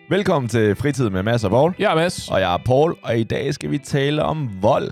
Velkommen til Fritid med Mads og Paul. Jeg er Mads. Og jeg er Paul, og i dag skal vi tale om vold.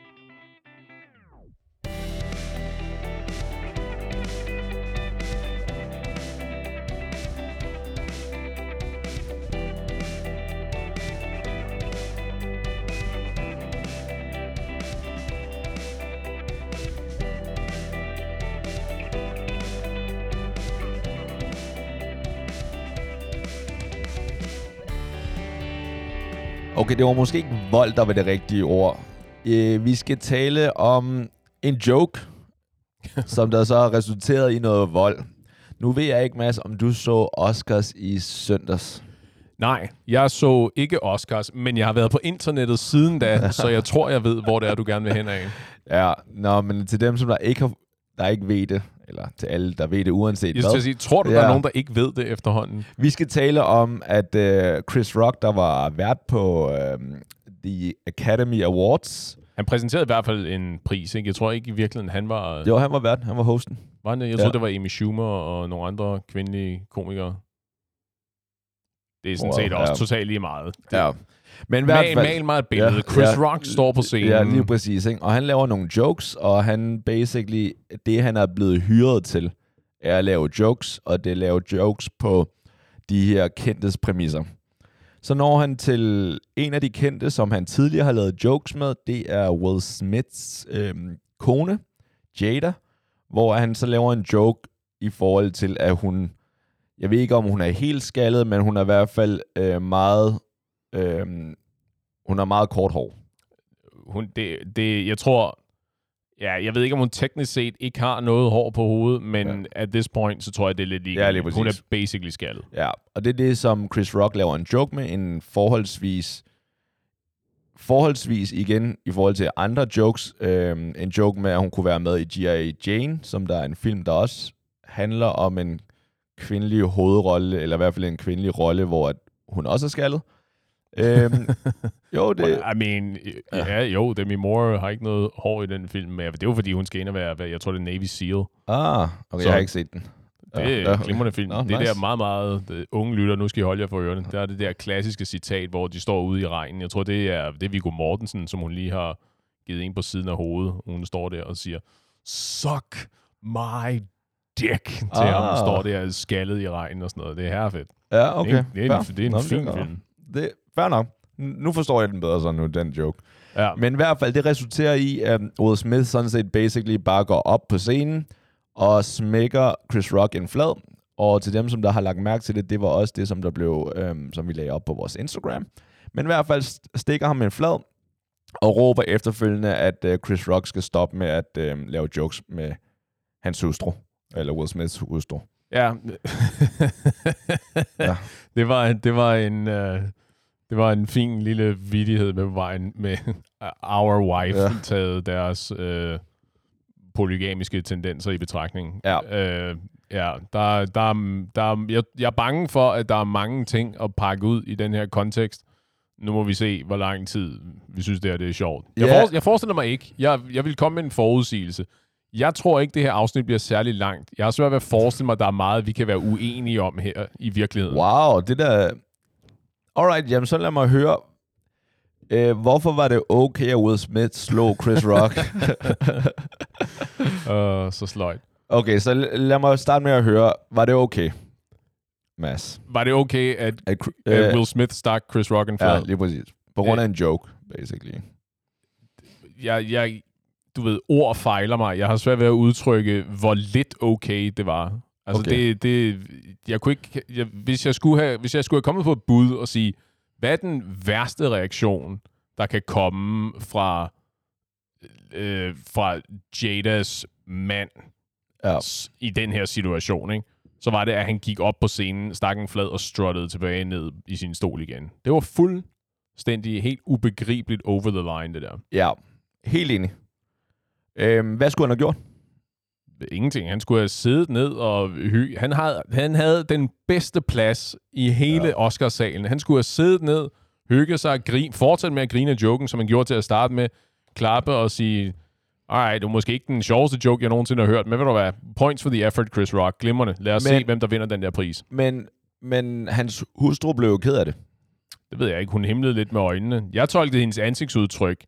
Okay, det var måske ikke vold, der var det rigtige ord. Vi skal tale om en joke, som der så har resulteret i noget vold. Nu ved jeg ikke, Mads, om du så Oscars i søndags. Nej, jeg så ikke Oscars, men jeg har været på internettet siden da, så jeg tror, jeg ved, hvor det er, du gerne vil hen af. Ja, men til dem, som der ikke ved det, eller til alle, der ved det uanset jeg skal sige, tror du, der er nogen, der ikke ved det efterhånden? Vi skal tale om, at Chris Rock, der var vært på The Academy Awards. Han præsenterede i hvert fald en pris, ikke? Jeg tror ikke i virkeligheden, han var... Jo, han var vært. Han var hosten. Var han det? Jeg tror, det var Amy Schumer og nogle andre kvindelige komikere. Det er sådan set også totalt lige meget. Ja. Men i hvert fald... Mal mig et billede. Chris Rock står på scenen. Ja, lige præcis. Ikke? Og han laver nogle jokes, og han basically... Det, han er blevet hyret til, er at lave jokes, og det er at lave jokes på de her kendtes præmisser. Så når han til en af de kendte, som han tidligere har lavet jokes med, det er Will Smiths kone, Jada, hvor han så laver en joke i forhold til, at hun... Jeg ved ikke, om hun er helt skaldet, men hun er i hvert fald hun har meget kort hår. Jeg tror... Ja, jeg ved ikke, om hun teknisk set ikke har noget hår på hovedet, men at this point, så tror jeg, det er lidt ligegyldigt. Ja, hun er basically skaldet. Ja, og det er det, som Chris Rock laver en joke med, en forholdsvis igen, i forhold til andre jokes, en joke med, at hun kunne være med i G.I. Jane, som der er en film, der også handler om en kvindelig hovedrolle, eller i hvert fald en kvindelig rolle, hvor hun også er skaldet. Jo, det... Demi Moore har ikke noget hår i den film, men det er jo fordi, hun skal ind og være, jeg tror det er Navy SEAL. Okay, jeg har ikke set den. Det er en glimrende film. Det er der meget, meget unge lytter, nu skal I holde jer for ørerne. Der er det der klassiske citat, hvor de står ude i regnen. Jeg tror, det er Viggo Mortensen, som hun lige har givet en på siden af hovedet. Hun står der og siger, suck my dick, til ham. Står der skaldet i regnen og sådan noget. Det er herrefedt. Ja, okay. Det er en fin film. Det fair nok. Nu forstår jeg den bedre sådan nu, den joke. Ja. Men i hvert fald, det resulterer i, at Will Smith sådan set basically bare går op på scenen og smækker Chris Rock en flad. Og til dem, som der har lagt mærke til det, det var også det, som der blev, som vi lagde op på vores Instagram. Men i hvert fald stikker ham en flad og råber efterfølgende, at Chris Rock skal stoppe med at lave jokes med hans hustru, eller Will Smiths hustru. Ja. Ja. Det var en fin lille vittighed med vejen med Our Wife, taget deres polygamiske tendenser i betragtning. Ja. Jeg er bange for, at der er mange ting at pakke ud i den her kontekst. Nu må vi se, hvor lang tid vi synes, det er sjovt. Jeg forestiller mig ikke. Jeg vil komme med en forudsigelse. Jeg tror ikke, det her afsnit bliver særlig langt. Jeg har svært ved at forestille mig, at der er meget, vi kan være uenige om her i virkeligheden. Wow, det der... Alright, jamen så lad mig høre. Hvorfor var det okay, at Will Smith slog Chris Rock? Så sløjt. Okay, så lad mig starte med at høre. Var det okay, Mads? Var det okay, at Will Smith stak Chris Rock en flad? Ja, lige præcis. På grund af en joke, basically. Du ved, ord fejler mig. Jeg har svært ved at udtrykke, hvor lidt okay det var. Altså, okay. Jeg kunne ikke... Hvis jeg skulle have kommet på et bud og sige, hvad er den værste reaktion, der kan komme fra Jadas mand i den her situation, ikke? Så var det, at han gik op på scenen, stak en flad og struttede tilbage ned i sin stol igen. Det var fuldstændig helt ubegribeligt over the line, det der. Ja, helt enig. Hvad skulle han have gjort? Ingenting. Han skulle have siddet ned og han havde den bedste plads i hele Oscarsalen. Han skulle have siddet ned, hygge sig, fortsætte med at grine af joken, som han gjorde til at starte med, klappe og sige, alright, det er måske ikke den sjoveste joke, jeg nogensinde har hørt, men ved du hvad, points for the effort, Chris Rock, glimrende. Lad os se, hvem der vinder den der pris. Men Men hans hustru blev jo ked af det. Det ved jeg ikke. Hun himlede lidt med øjnene. Jeg tolkede hendes ansigtsudtryk.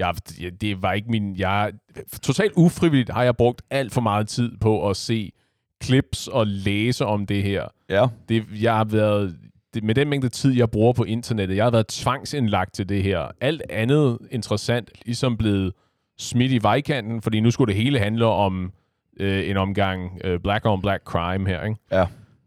Det var ikke min... Totalt ufrivilligt har jeg brugt alt for meget tid på at se clips og læse om det her. Ja. Jeg har været... Med den mængde tid, jeg bruger på internettet, jeg har været tvangsindlagt til det her. Alt andet interessant ligesom blevet smidt i vejkanten, fordi nu skulle det hele handle om en omgang black on black crime her, ikke? Ja.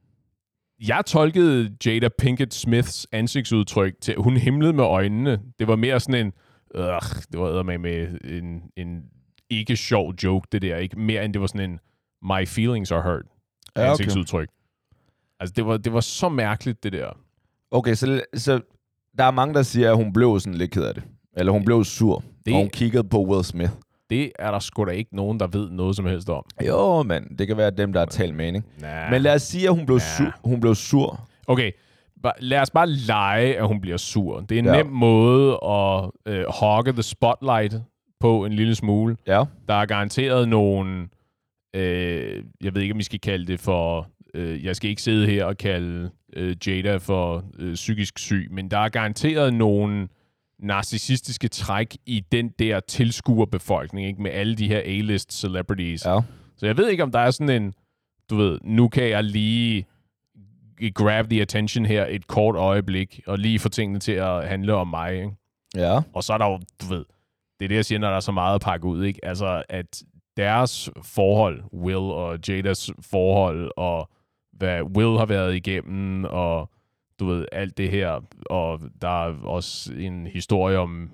Jeg tolkede Jada Pinkett Smiths ansigtsudtryk til, hun himlede med øjnene. Det var mere sådan en, det var med en ikke sjov joke, det der, ikke? Mere end det var sådan en, my feelings are hurt ansigtsudtryk. Altså, det var så mærkeligt, det der. Okay, så der er mange, der siger, at hun blev sådan lidt ked af det. Eller hun blev sur, og hun kiggede på Will Smith. Det er der sgu da ikke nogen, der ved noget som helst om. Jo, men det kan være dem, der har talt mening. Nah. Men lad os sige, at hun blev sur. Okay, lad os bare lege, at hun bliver sur. Det er en nem måde at hogge the spotlight på en lille smule. Ja. Der er garanteret nogen, jeg ved ikke, om vi skal kalde det for... jeg skal ikke sidde her og kalde Jada for psykisk syg, men der er garanteret nogle narcissistiske træk i den der tilskuerbefolkning, ikke? Med alle de her A-list celebrities. Ja. Så jeg ved ikke, om der er sådan en, du ved, nu kan jeg lige grab the attention her et kort øjeblik, og lige få tingene til at handle om mig, ikke? Ja. Og så er der jo, du ved, det er det, jeg siger, når der er så meget at pakke ud, ikke? Altså, at deres forhold, Will og Jadas forhold, og hvad Will har været igennem, og du ved, alt det her. Og der er også en historie om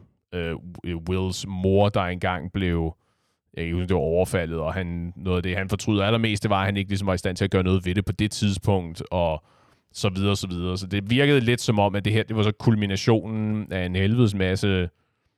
Wills mor, der engang blev, jeg ikke huske, det var overfaldet, og noget af det, han fortryder allermest, det var, at han ikke ligesom var i stand til at gøre noget ved det på det tidspunkt, og så videre, så videre. Så det virkede lidt som om, at det her, det var så kulminationen af en helvedes masse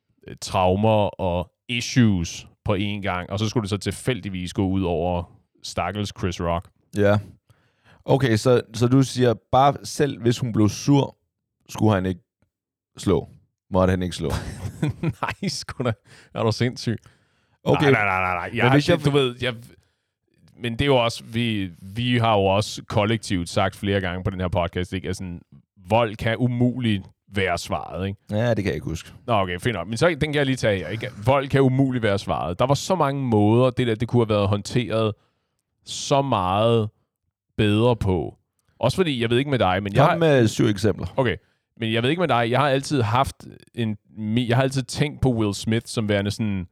traumer og issues på én gang, og så skulle det så tilfældigvis gå ud over stakkels Chris Rock. Ja. Okay, så du siger, bare selv hvis hun blev sur, skulle han ikke slå? Måtte han ikke slå? Nej, sgu da. Er du sindssyg? Okay. Nej. Men det er jo også, vi har jo også kollektivt sagt flere gange på den her podcast, ikke? Altså, vold kan umuligt være svaret, ikke? Ja, det kan jeg ikke huske. Nå, okay, fint nok. Men så den kan jeg lige tage her, ikke? Vold kan umuligt være svaret. Der var så mange måder, det kunne have været håndteret så meget bedre på. Også fordi, jeg ved ikke med dig, men Kom med 7 eksempler. Okay, men jeg ved ikke med dig, jeg har altid tænkt på Will Smith som værende sådan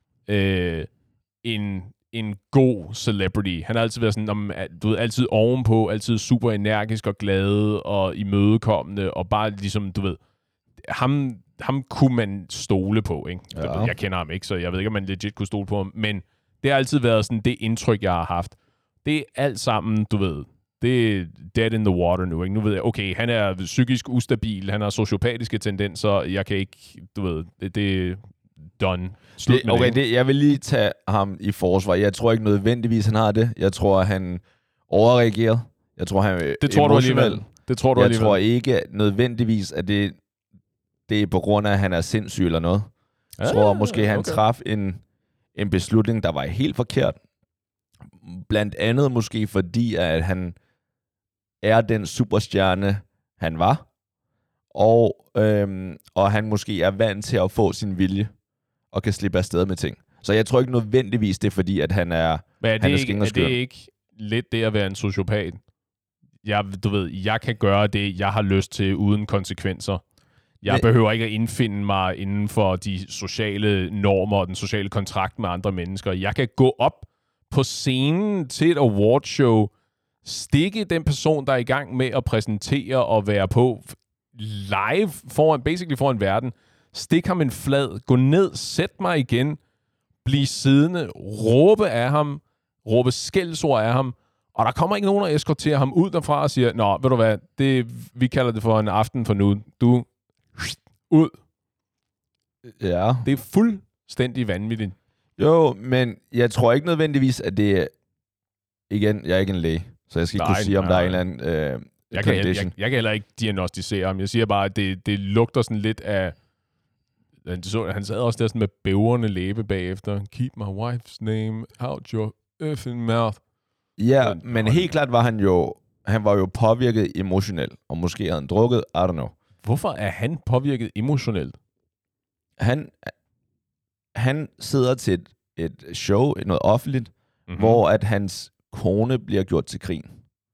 en god celebrity. Han har altid været sådan, du ved, altid ovenpå, altid super energisk og glad og imødekommende, og bare ligesom, du ved, ham kunne man stole på, ikke? Ja. Jeg kender ham ikke, så jeg ved ikke, om man legit kunne stole på ham, men det har altid været sådan det indtryk, jeg har haft. Det er alt sammen, du ved, det er dead in the water nu, ikke? Nu ved jeg, okay, han er psykisk ustabil, han har sociopatiske tendenser, jeg kan ikke, du ved, det er done. Jeg vil lige tage ham i forsvar. Jeg tror ikke nødvendigvis, han har det. Jeg tror, han overreagerer. Jeg tror, han er det tror emotionel. Du alligevel. Det tror du alligevel. Jeg tror ikke nødvendigvis, at det er på grund af, at han er sindssyg eller noget. Jeg tror måske, han traf en beslutning, der var helt forkert. Blandt andet måske fordi, at han er den superstjerne, han var. Og han måske er vant til at få sin vilje og kan slippe afsted med ting. Så jeg tror ikke nødvendigvis, det er fordi, at han er skæng og skør. Er det ikke lidt det at være en sociopat? Jeg kan gøre det, jeg har lyst til, uden konsekvenser. Jeg behøver ikke at indfinde mig inden for de sociale normer og den sociale kontrakt med andre mennesker. Jeg kan gå op på scenen til et awardshow, stikke den person, der er i gang med at præsentere og være på live foran verden, stik ham en flad, gå ned, sæt mig igen, blive siddende, råbe af ham, råbe skældsord af ham, og der kommer ikke nogen at eskortere ham ud derfra og siger, nå, ved du hvad, vi kalder det for en aften for nu. Du, ud. Ja. Det er fuldstændig vanvittigt. Jo, men jeg tror ikke nødvendigvis, at det er... Igen, jeg er ikke en læge, så jeg skal ikke kunne sige, om der er en eller anden condition. Jeg kan heller ikke diagnostisere ham. Jeg siger bare, at det lugter sådan lidt af... Han sad også der sådan med bæverne læbe bagefter. Keep my wife's name out your effing mouth. Ja, men helt klart var han jo han var jo påvirket emotionelt, og måske havde han drukket, I don't know. Hvorfor er han påvirket emotionelt? Han sidder til et show, noget offentligt, hvor at hans kone bliver gjort til grin.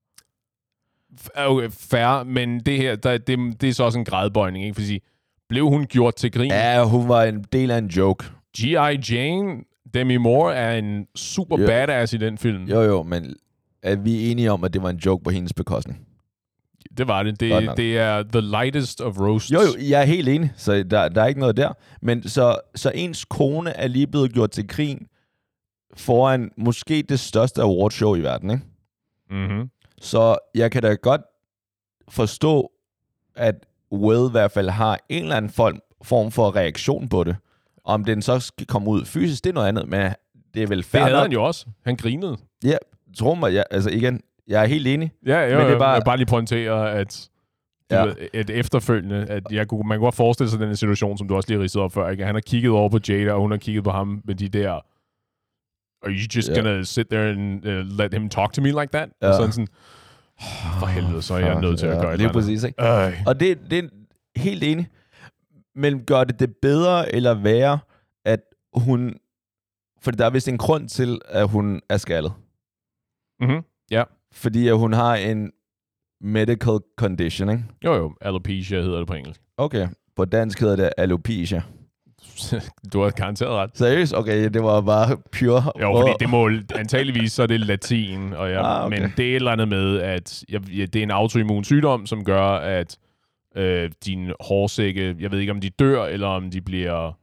Okay, fair, men det her, det er så også en gradbøjning, ikke? Fordi blev hun gjort til grin? Ja, hun var en del af en joke. G.I. Jane, Demi Moore, er en super badass i den film. Jo, men er vi enige om, at det var en joke på hendes bekostning? Det var det. Det er the lightest of roasts. Jo, jeg er helt enig, så der er ikke noget der. Men så ens kone er lige blevet gjort til grin foran måske det største awardshow i verden, ikke? Mm-hmm. Så jeg kan da godt forstå, at Will i hvert fald har en eller anden form for reaktion på det. Om den så skal komme ud fysisk, det er noget andet, men det er vel fair. Det havde han jo også. Han grinede. Ja, tro mig, altså igen, jeg er helt enig. Ja, men det er bare... Jeg bare lige pointere, at at efterfølgende, at man kunne godt forestille sig den situation, som du også lige ridsede op før, ikke? Han har kigget over på Jada, og hun har kigget på ham med de der, are you just gonna sit there and let him talk to me like that? Og sådan, for helvede, så er jeg nødt til at gøre det. Lige præcis, ikke? Og det er helt enig. Men gør det bedre eller værre, at hun... For der er vist en grund til, at hun er skaldet. Mhm, ja. Fordi at hun har en medical condition, ikke? Jo, alopecia hedder det på engelsk. Okay, på dansk hedder det alopecia. Du har garanteret ret. Seriøst? Okay, det var bare pure... Jo, fordi det må... Antageligvis så er det latin, og okay. Men det er et eller andet med, at det er en autoimmun sygdom, som gør, at dine hårsække, jeg ved ikke, om de dør, eller om de bliver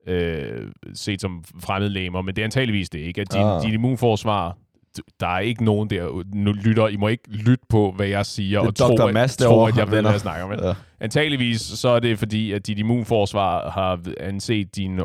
set som fremmedlegemer, men det er antageligvis det, ikke? At din immunforsvar... Der er ikke nogen der, nu lytter, I må ikke lytte på, hvad jeg siger, og tro, at jeg ved, hvad jeg snakker om. Ja. Antageligvis så er det fordi, at dit immunforsvar har anset dine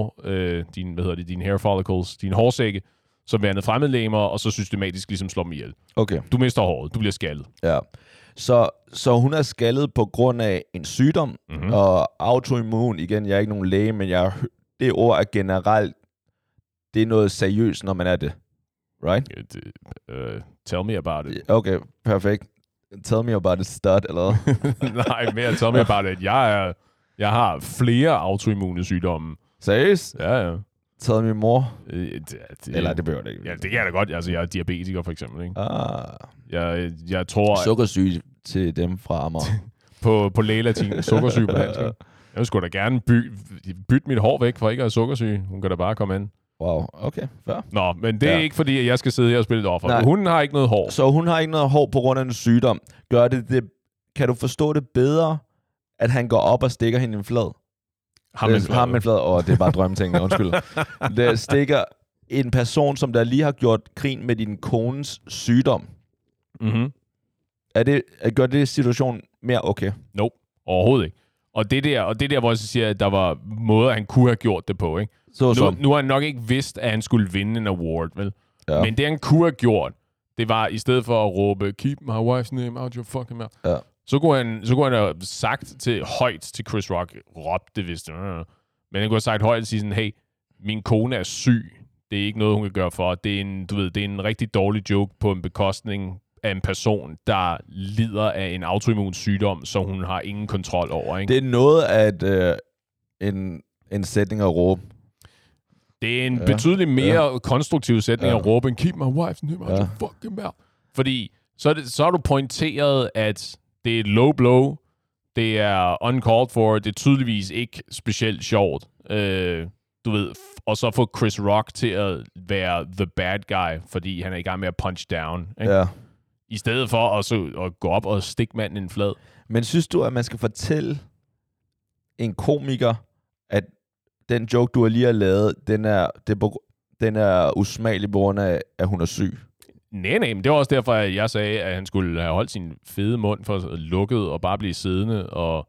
dine hair follicles, dine hårsække, som værende fremmedlegemer, og så systematisk ligesom slår dem ihjel. Okay. Du mister håret, du bliver skaldet. Ja. Så hun er skaldet på grund af en sygdom, og autoimmun, igen, jeg er ikke nogen læge, men det ord er generelt, det er noget seriøst, når man er det. Right? Tell me about it. Okay, perfekt. Tell me about it, stud, eller Nej, mere tell me about it. Jeg har flere autoimmune sygdomme. Seriøst? Ja. Tell me more. Eller det behøver det ikke. Ja, det kan jeg da godt. Altså, jeg er diabetiker, for eksempel. Ikke? Jeg tror... Sukkersyg til dem fra Amager. på lægelatin. Sukkersyg på dansk. Jeg skulle da gerne bytte mit hår væk, for ikke at have sukkersyg. Hun kan da bare komme ind. Wow, okay, fair. Nå, men det er ikke fordi, at jeg skal sidde her og spille et offer. Hun har ikke noget hår. Så hun har ikke noget hår på grund af en sygdom. Kan du forstå det bedre, at han går op og stikker hende en flad? Ham en flad. Det er bare drømmetingene, undskyld. Det stikker en person, som der lige har gjort grin med din kones sygdom. Mhm. Gør det situationen mere okay? Nope, overhovedet ikke. Og det der, hvor jeg siger, at der var måder, han kunne have gjort det på, ikke? Nu har han nok ikke vidst, at han skulle vinde en award, vel? Ja. Men det, han kunne have gjort, det var, i stedet for at råbe, keep my wife's name out your fucking mouth, så kunne han have sagt højt til Chris Rock, råbte det vist, men han kunne have sagt højt og sige sådan, hey, min kone er syg, det er ikke noget, hun kan gøre for, det er en rigtig dårlig joke på en bekostning af en person, der lider af en autoimmun sygdom, som hun har ingen kontrol over, ikke? Det er noget af en sætning at råbe. Det er en betydeligt mere konstruktiv sætning at råbe, keep my wife's name out your fucking mouth. Fordi så har du pointeret, at det er et low blow, det er uncalled for, det er tydeligvis ikke specielt sjovt. Du ved, og så få Chris Rock til at være the bad guy, fordi han er i gang med at punch down, ikke? Ja. I stedet for at gå op og stikke manden en flad. Men synes du, at man skal fortælle en komiker, at den joke, du lige har lavet, den er usmagelig på grund af, at hun er syg? Nej, men det var også derfor, at jeg sagde, at han skulle have holdt sin fede mund for lukket og bare blive siddende og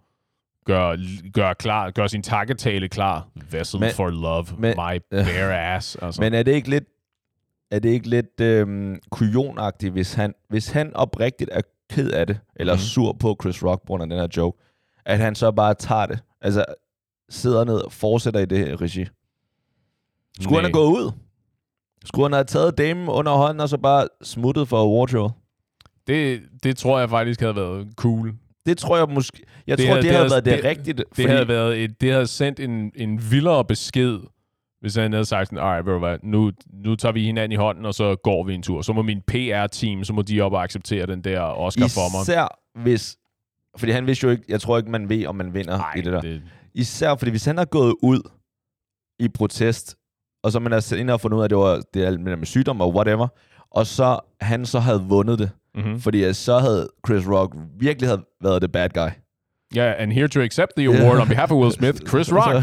gøre sin takketale klar. Vessel for love, my bare ass. Altså. Men er det ikke lidt kujonagtigt, hvis han oprigtigt er ked af det, eller sur på Chris Rock på grund af den her joke, at han så bare tager det, altså sidder ned og fortsætter i det her regi? Skulle han have gået ud? Skulle han have taget damen under hånden og så bare smuttet for awardshowet? Det tror jeg faktisk havde været cool. Det tror jeg måske... Jeg tror, det havde været det rigtigt. Det havde sendt en vildere besked, hvis han havde sagt sådan, alright, ved du hvad, nu tager vi hinanden i hånden, og så går vi en tur. Så må min PR-team, så må de op og acceptere den der Oscar for mig. Især hvis... Fordi han vidste jo ikke... Jeg tror ikke, man ved, om man vinder i det der. Især fordi, hvis han har gået ud i protest, og så man har inde og fundet ud af, at det var det med sygdom og whatever, og så han så havde vundet det. Mm-hmm. Fordi så havde Chris Rock virkelig havde været the bad guy. Yeah, and here to accept the award on behalf of Will Smith, Chris Rock.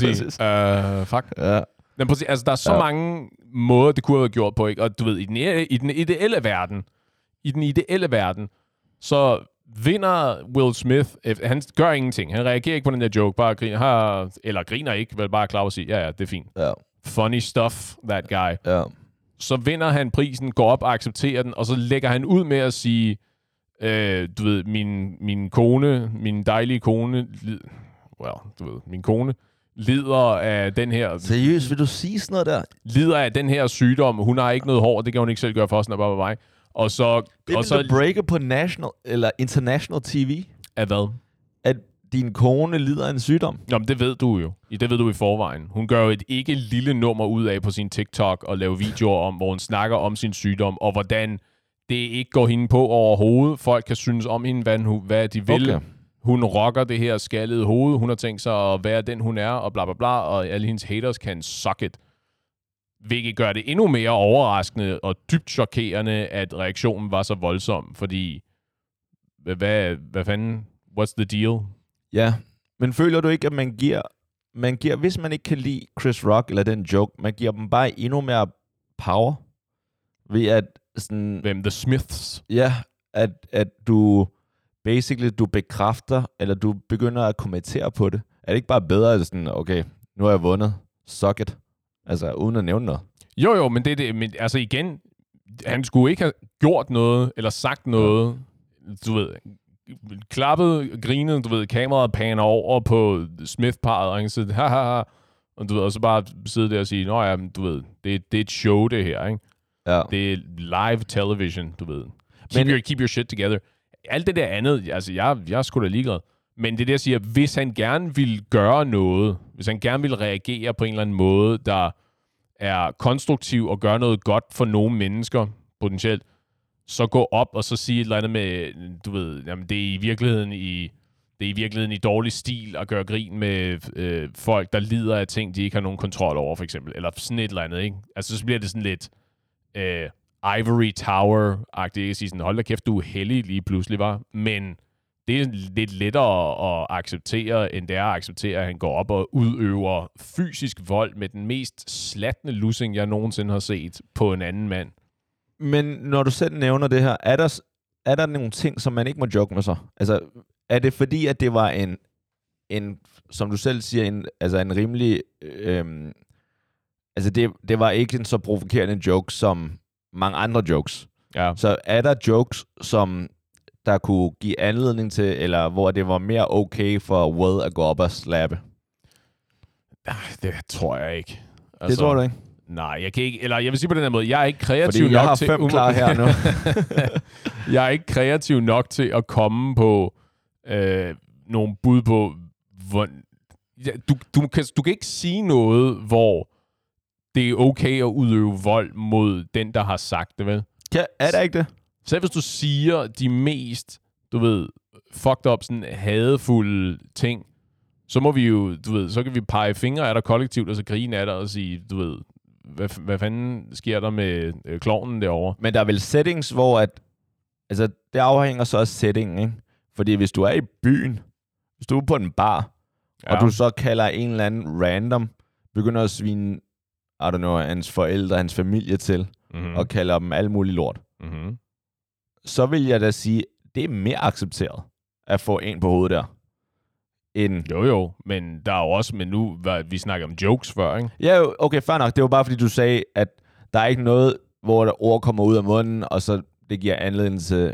Fuck. Ja. Men præcis, altså, der er så mange måder, det kunne have været gjort på, ikke? Og du ved, i den ideelle verden, så vinder Will Smith, han gør ingenting. Han reagerer ikke på den der joke, bare griner, eller griner ikke, vel bare klar og sige, ja, det er fint. Ja. Funny stuff, that guy. Ja. Så vinder han prisen, går op og accepterer den, og så lægger han ud med at sige, du ved, min dejlige kone, min kone lider af den her... Seriøst, vil du sige sådan noget der? Lider af den her sygdom. Hun har ikke noget hår, det kan hun ikke selv gøre for, sådan bare mig. Og så... Det vil du breake på national eller international TV? Af hvad? At din kone lider af en sygdom? Jamen, det ved du jo. Det ved du i forvejen. Hun gør jo et ikke lille nummer ud af på sin TikTok og laver videoer om, hvor hun snakker om sin sygdom, og hvordan det ikke går hende på overhovedet. Folk kan synes om hende, hvad de vil. Okay. Hun rocker det her skaldede hoved. Hun har tænkt sig at være den, hun er, og bla bla bla, og alle hendes haters kan suck it. Hvilket gør det endnu mere overraskende og dybt chokerende, at reaktionen var så voldsom, fordi hvad fanden? What's the deal? Ja, men føler du ikke, at man giver, hvis man ikke kan lide Chris Rock eller den joke, man giver dem bare endnu mere power ved at sådan... Hvem? The Smiths? Ja, at du du bekræfter, eller du begynder at kommentere på det. Er det ikke bare bedre, at sådan, okay, nu har jeg vundet, suck it, altså uden at nævne noget? Jo, men det er det, men altså igen, han skulle ikke have gjort noget, eller sagt noget, du ved, klappet, grinet, du ved, kameraet paner over på Smith-parret, og han siger, haha, og du ved, og så bare sidde der og sige, nå ja, du ved, det er et show, det her, ikke? Ja. Det er live television, du ved. Keep your shit together. Alt det der andet, altså jeg er sgu da ligeglad. Men det der siger, hvis han gerne vil gøre noget, hvis han gerne vil reagere på en eller anden måde, der er konstruktiv og gør noget godt for nogle mennesker, potentielt, så gå op og så sige et eller andet med, du ved, jamen det er i virkeligheden i dårlig stil at gøre grin med folk, der lider af ting, de ikke har nogen kontrol over, for eksempel. Eller sådan et eller andet, ikke? Altså så bliver det sådan lidt Ivory Tower-agtigt. Jeg sige sådan, hold da kæft, du er heldig lige pludselig, var. Men det er lidt lettere at acceptere, end det er at acceptere, at han går op og udøver fysisk vold med den mest slatne lussing, jeg nogensinde har set på en anden mand. Men når du selv nævner det her, er der nogle ting, som man ikke må joke med så? Altså, er det fordi, at det var en som du selv siger, en rimelig... altså, det var ikke en så provokerende joke som mange andre jokes. Ja. Så er der jokes, som der kunne give anledning til, eller hvor det var mere okay for Will at gå op og slappe? Det tror jeg ikke. Altså, det tror du ikke? Nej, jeg kan ikke, eller jeg vil sige på den her måde, jeg er ikke kreativ nok til... Fordi jeg har 5 klar her nu. Jeg er ikke kreativ nok til at komme på nogle bud på, hvor... Du kan ikke sige noget, hvor det er okay at udøve vold mod den, der har sagt det, vel? Ja, er det ikke det? Selv hvis du siger de mest, du ved, fucked up, sådan hadefulde ting, så må vi jo, du ved, så kan vi pege fingre af dig kollektivt, og så grine af dig og sige, du ved, hvad fanden sker der med klovnen derovre? Men der er vel settings, hvor at, altså det afhænger så af settingen, ikke? Fordi hvis du er i byen, hvis du er på en bar, ja, og du så kalder en eller anden random, begynder at svine, I don't know, hans forældre, hans familie til, og kalder dem alt muligt lort, så vil jeg da sige, det er mere accepteret at få en på hovedet der. Jo, men der er jo også, men nu, vi snakker om jokes før, ikke? Ja, okay, fair nok. Det var bare fordi, du sagde, at der er ikke noget, hvor der ord kommer ud af munden, og så det giver anledning til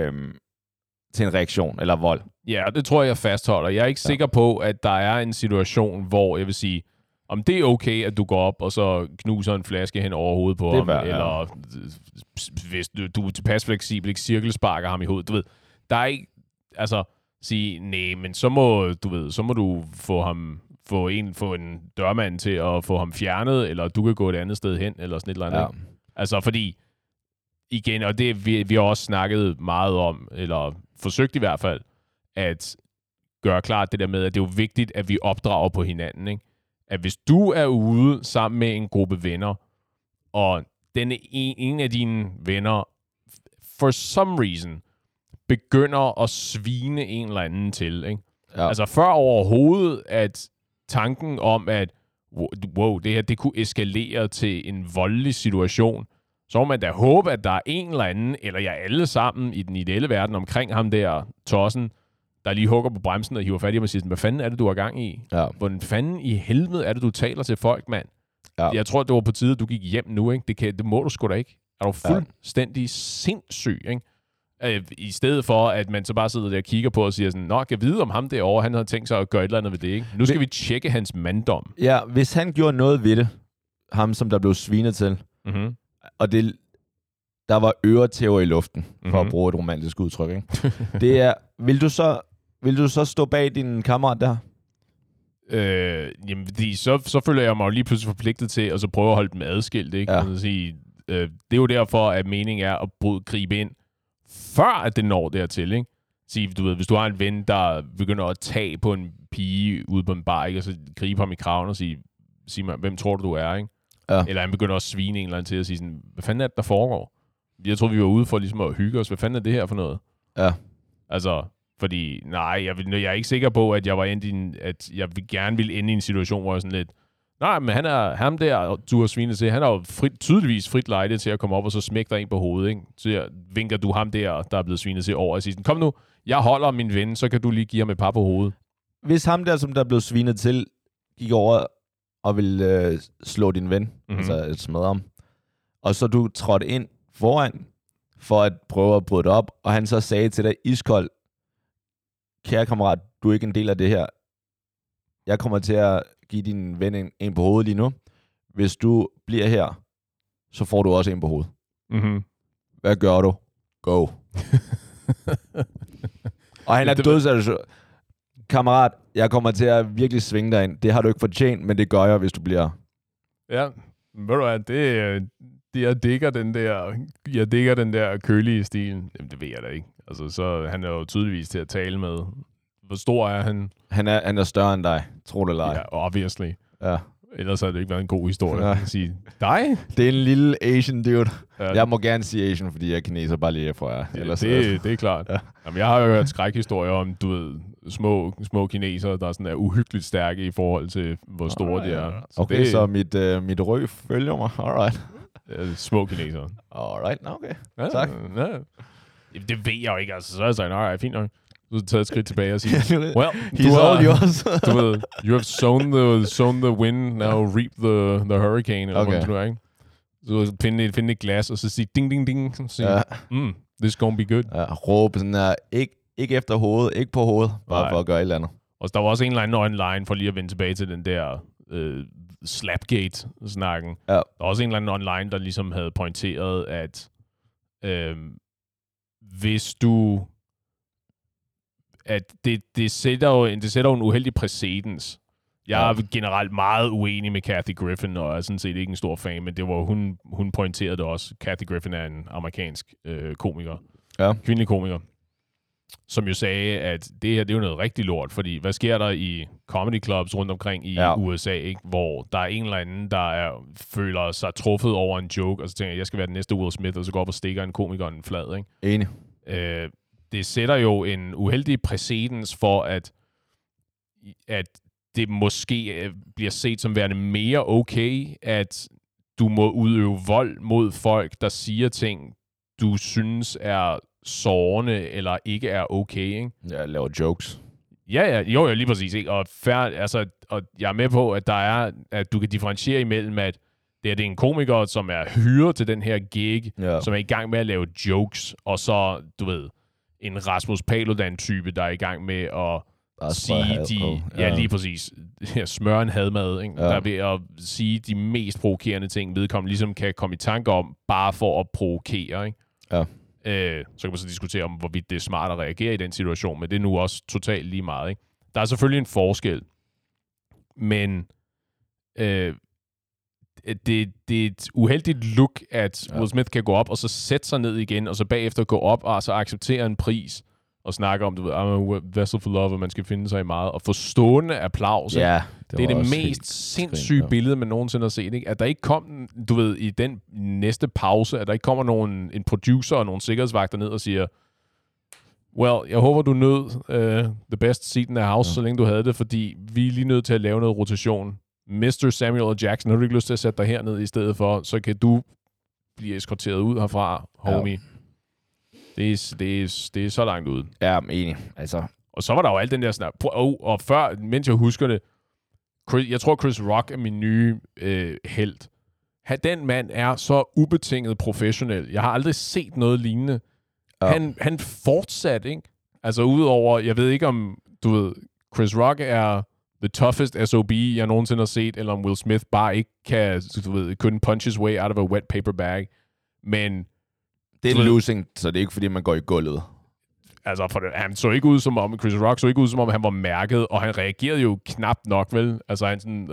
en reaktion eller vold. Ja, det tror jeg fastholder. Jeg er ikke sikker på, at der er en situation, hvor jeg vil sige, om det er okay, at du går op og så knuser en flaske hen over hovedet på ham, eller hvis du er tilpas fleksibel, ikke cirkelsparker ham i hovedet. Du ved, der er ikke, altså, sige, nej, men så må du få en dørmand til at få ham fjernet, eller du kan gå et andet sted hen, eller sådan et eller andet. Ja. Altså, fordi, igen, og det vi har også snakket meget om, eller forsøgt i hvert fald, at gøre klart det der med, at det er jo vigtigt, at vi opdrager på hinanden, ikke? At hvis du er ude sammen med en gruppe venner, og en af dine venner, for some reason, begynder at svine en eller anden til, ikke? Ja. Altså før overhovedet, at tanken om, at wow, det her, det kunne eskalere til en voldelig situation, så må man da håbe, at der er en eller anden, eller jer alle sammen i den ideelle verden omkring ham der, tossen, der lige hugger på bremsen og hiver fat i ham og siger, hvad fanden er det, du har gang i? Ja. Hvordan fanden i helvede er det, du taler til folk, mand? Ja. Jeg tror, det var på tide, at du gik hjem nu, ikke? Det må du sgu da ikke. Er du fuldstændig sindssyg, ikke? I stedet for, at man så bare sidder der og kigger på og siger sådan, nå, kan vide om ham derovre, han havde tænkt sig at gøre et eller andet ved det, ikke? Nu skal vi tjekke hans manddom. Ja, hvis han gjorde noget ved det, ham som der blev svinet til, og der var øretæver i luften, for at bruge et romantisk udtryk, ikke? Det er, vil du så stå bag din kammerat der? Jamen, fordi så føler jeg mig jo lige pludselig forpligtet til at så prøve at holde dem adskilt, ikke? Ja. Altså, sige, det er jo derfor, at meningen er at gribe ind, før at det når dertil, ikke? Sige, du ved, hvis du har en ven, der begynder at tage på en pige ude på en bar, ikke? Og så gribe ham i kraven og sige mig, hvem tror du er, ikke? Ja. Eller han begynder at svine en eller anden til at sige sådan, hvad fanden er det, der foregår? Jeg tror, vi var ude for ligesom at hygge os. Hvad fanden er det her for noget? Ja. Altså, fordi, nej, jeg er ikke sikker på, at at jeg gerne ville ende i en situation, hvor jeg sådan lidt, nej, men han er ham der, du har svinet til, han har jo tydeligvis frit lejde til at komme op og så smække dig ind på hovedet, ikke? Så vinker du ham der er blevet svinet til over og siger sådan, kom nu, jeg holder min ven, så kan du lige give ham et par på hovedet. Hvis ham der, som der er blevet svinet til, gik over og ville slå din ven, altså smadre ham, og så du trådte ind foran, for at prøve at bryde det op, og han så sagde til dig iskold, kære kammerat, du er ikke en del af det her. Jeg kommer til at give din ven en på hovedet lige nu. Hvis du bliver her, så får du også en på hovedet. Hvad gør du? Go. Og han er dødsalt. Kammerat, jeg kommer til at virkelig svinge dig ind. Det har du ikke fortjent, men det gør jeg, hvis du bliver. Ja, ved du hvad, jeg digger den der kølige stil. Jamen, det ved jeg da ikke. Altså, så han er jo tydeligvis til at tale med. Hvor stor er han? Han er større end dig, tror du eller ej. Ja, obviously. Ja. Ellers har det ikke været en god historie at sige, dig? Det er en lille Asian dude. Ja. Jeg må gerne sige Asian, fordi jeg er kineser bare lige fra jer. Det er klart. Ja. Jamen, jeg har jo hørt skrækhistorier om, du ved, små kinesere, der sådan er uhyggeligt stærke i forhold til, hvor store de er. Så okay, så mit røg følger mig. Alright. Små kinesere. Alright, okay. Ja, tak. Ja. Det ved jeg jo ikke, altså. Så er jeg sagt, nej, fint nok. Så tager et skridt tilbage og siger, well, he's all yours. Du ved, you have sown the wind, now reap the hurricane. Eller okay. Noget, ikke? Så finde et glas, og så sige ding, ding, ding. Så sige, this gonna be good. Ja, råbe sådan her, ikke efter hovedet, ikke på hovedet, bare for at gøre et eller andet. Og der var også en eller anden online, for lige at vende tilbage til den der Slapgate-snakken. Ja. Der var også en eller anden online, der ligesom havde pointeret, at hvis du... at det sætter jo en uheldig præcedens. Jeg er generelt meget uenig med Kathy Griffin, og er sådan set ikke en stor fan, men det var hun pointerede det også. Kathy Griffin er en amerikansk komiker. Ja. Kvindelig komiker. Som jo sagde, at det her, det er jo noget rigtig lort, fordi hvad sker der i comedy clubs rundt omkring i USA, ikke? Hvor der er en eller anden, der føler sig truffet over en joke, og så tænker jeg skal være den næste Will Smith, og så går op og stikker en komiker en flad, ikke? Enig. Det sætter jo en uheldig præcedens for, at det måske bliver set som værende mere okay, at du må udøve vold mod folk, der siger ting, du synes er sårende eller ikke er okay, ikke? Ja, laver jokes. Ja, jo, lige præcis, ikke? Og jeg er med på, at at du kan differentiere imellem, at det er en komiker, som er hyret til den her gig, som er i gang med at lave jokes, og så, du ved, en Rasmus Paludan-type, der er i gang med at sige lige præcis, smøre en hadmad, ikke? Der er ved at sige de mest provokerende ting, vedkommende ligesom kan komme i tanke om, bare for at provokere, ikke? Ja. Så kan man så diskutere om, hvorvidt det er smart at reagere i den situation, men det er nu også totalt lige meget, ikke? Der er selvfølgelig en forskel, men det er et uheldigt look, at Will Smith kan gå op og så sætte sig ned igen, og så bagefter gå op og så acceptere en pris og snakke om, du ved, I'm a vessel for love, og man skal finde sig i meget, og få stående applaus. Det er det mest sindssyge billede, man nogensinde har set, ikke? At der ikke kom, du ved, i den næste pause, at der ikke kommer en producer og nogle sikkerhedsvagter ned og siger, well, jeg håber, du nød the best seat in the house, så længe du havde det, fordi vi er lige nødt til at lave noget rotation. Mr. Samuel L. Jackson, har du ikke lyst til at sætte dig herned i stedet for, så kan du blive eskorteret ud herfra, homie. Ja. Det er så langt ude. Ja, enig. Altså. Og så var der jo alt den der snak. Og før, mens jeg husker det, jeg tror Chris Rock er min nye helt. Den mand er så ubetinget professionel. Jeg har aldrig set noget lignende. Ja. Han fortsatte, ikke? Altså udover, jeg ved ikke om, du ved, Chris Rock er the toughest SOB, jeg nogensinde har set, eller om Will Smith bare ikke kan, du ved, couldn't punch his way out of a wet paper bag. Men det er losing, så det er ikke, fordi man går i gulvet. Altså, han så ikke ud som om, Chris Rock så ikke ud som om, han var mærket, og han reagerede jo knap nok, vel? Altså,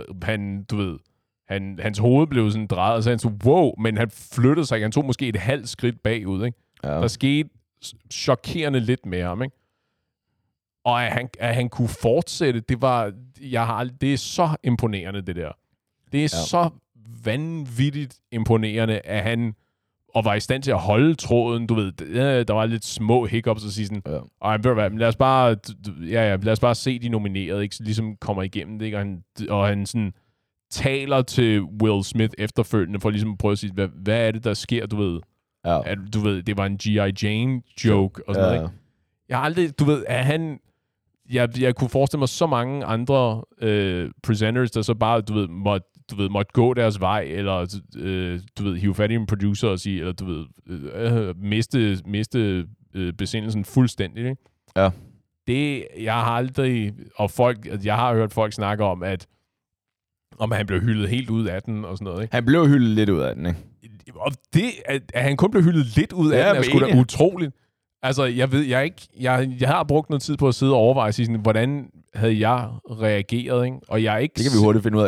hans hoved blev sådan drejet, og så han så, wow, men han flyttede sig, han tog måske et halvt skridt bagud, ikke? Ja. Der skete chokerende lidt med ham, ikke? Og at han kunne fortsætte, det er så imponerende, det der. Det er så vanvittigt imponerende, at han og var i stand til at holde tråden, du ved, der var lidt små hiccups og sige sådan, lad os bare se de nominerede, ikke, så ligesom kommer igennem det, ikke? Og han sådan taler til Will Smith efterfølgende, for ligesom at prøve at sige, hvad er det, der sker, du ved, at, du ved, det var en G.I. Jane joke, og sådan noget, ikke? Jeg har aldrig, du ved, at han, jeg kunne forestille mig så mange andre presenters, der så bare, du ved, måtte gå deres vej, eller du ved, hive fat i en producer og sige, eller du ved, miste besindelsen fuldstændigt, ikke? Ja. Det, jeg har aldrig, og jeg har hørt folk snakke om, om han blev hyldet helt ud af den, og sådan noget, ikke? Han blev hyldet lidt ud af den, ikke? Og det, at han kun blev hyldet lidt ud af den, er sgu da utroligt. Altså, jeg har brugt noget tid på at sidde og overveje, sådan, hvordan havde jeg reageret, ikke? Og jeg er ikke... Det kan vi hurtigt finde ud af.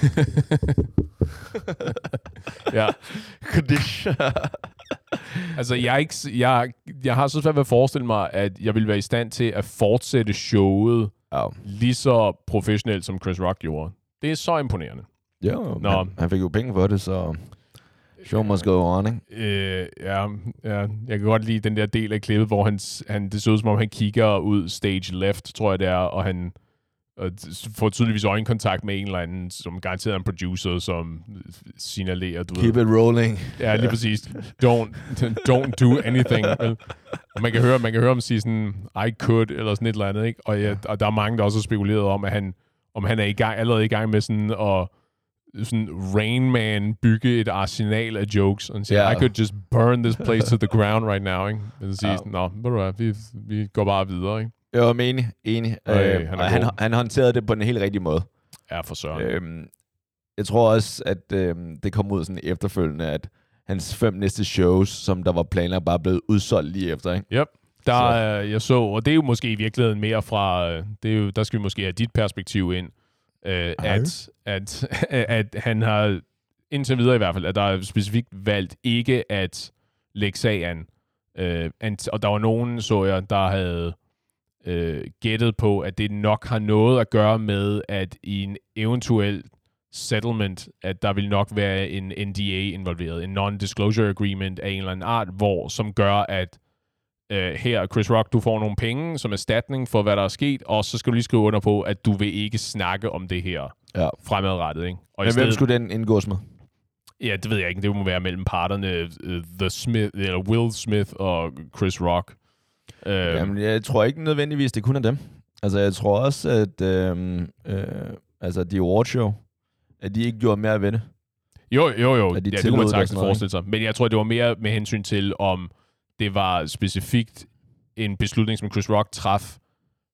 Ja. Altså, jeg har så svært ved at forestille mig, at jeg ville være i stand til at fortsætte showet lige så professionelt, som Chris Rock gjorde. Det er så imponerende. Jo, han fik jo penge for det, så show must go on, ikke? Ja. Jeg kan godt lide den der del af klippet, hvor det ser ud som om, han kigger ud stage left, tror jeg det er, og han får tydeligvis øjenkontakt med en eller anden, som garanteret er en producer, som signalerer, du Keep it rolling. Ja, lige præcis. Don't do anything. Og man kan høre ham sige sådan, I could, eller sådan et eller andet, ikke? Og der er mange, der også har spekuleret om, at han er allerede i gang med sådan at Rain Man bygge et arsenal af jokes, og han siger, I could just burn this place to the ground right now, ikke? Men så siger sådan, vi går bare videre, ikke? Jeg var enig. Han håndterede det på den helt rigtige måde. Ja, for søren. Jeg tror også, at det kom ud sådan efterfølgende, at hans 5 næste shows, som der var planlagt, bare blevet udsolgt lige efter, ikke? Yep. Jeg så, og det er jo måske i virkeligheden mere fra, der skal vi måske have dit perspektiv ind, at han har, indtil videre i hvert fald, at der er specifikt valgt ikke at lægge sag an. Og der var nogen, så jeg, der havde gættet på, at det nok har noget at gøre med, at i en eventuel settlement, at der vil nok være en NDA involveret, en non-disclosure agreement af en eller anden art, som gør, at her, Chris Rock, du får nogle penge som erstatning for, hvad der er sket, og så skal du lige skrive under på, at du vil ikke snakke om det her fremadrettet, ikke? Og men hvem skulle den indgås med? Ja, det ved jeg ikke. Det må være mellem parterne Will Smith og Chris Rock. Jamen, jeg tror ikke nødvendigvis, det kun er dem. Altså, jeg tror også, at altså, de awardshow, at de ikke gjorde mere ved det. Jo. Ja, det kunne man sagtens forestille sig. Men jeg tror, det var mere med hensyn til, om det var specifikt en beslutning, som Chris Rock traf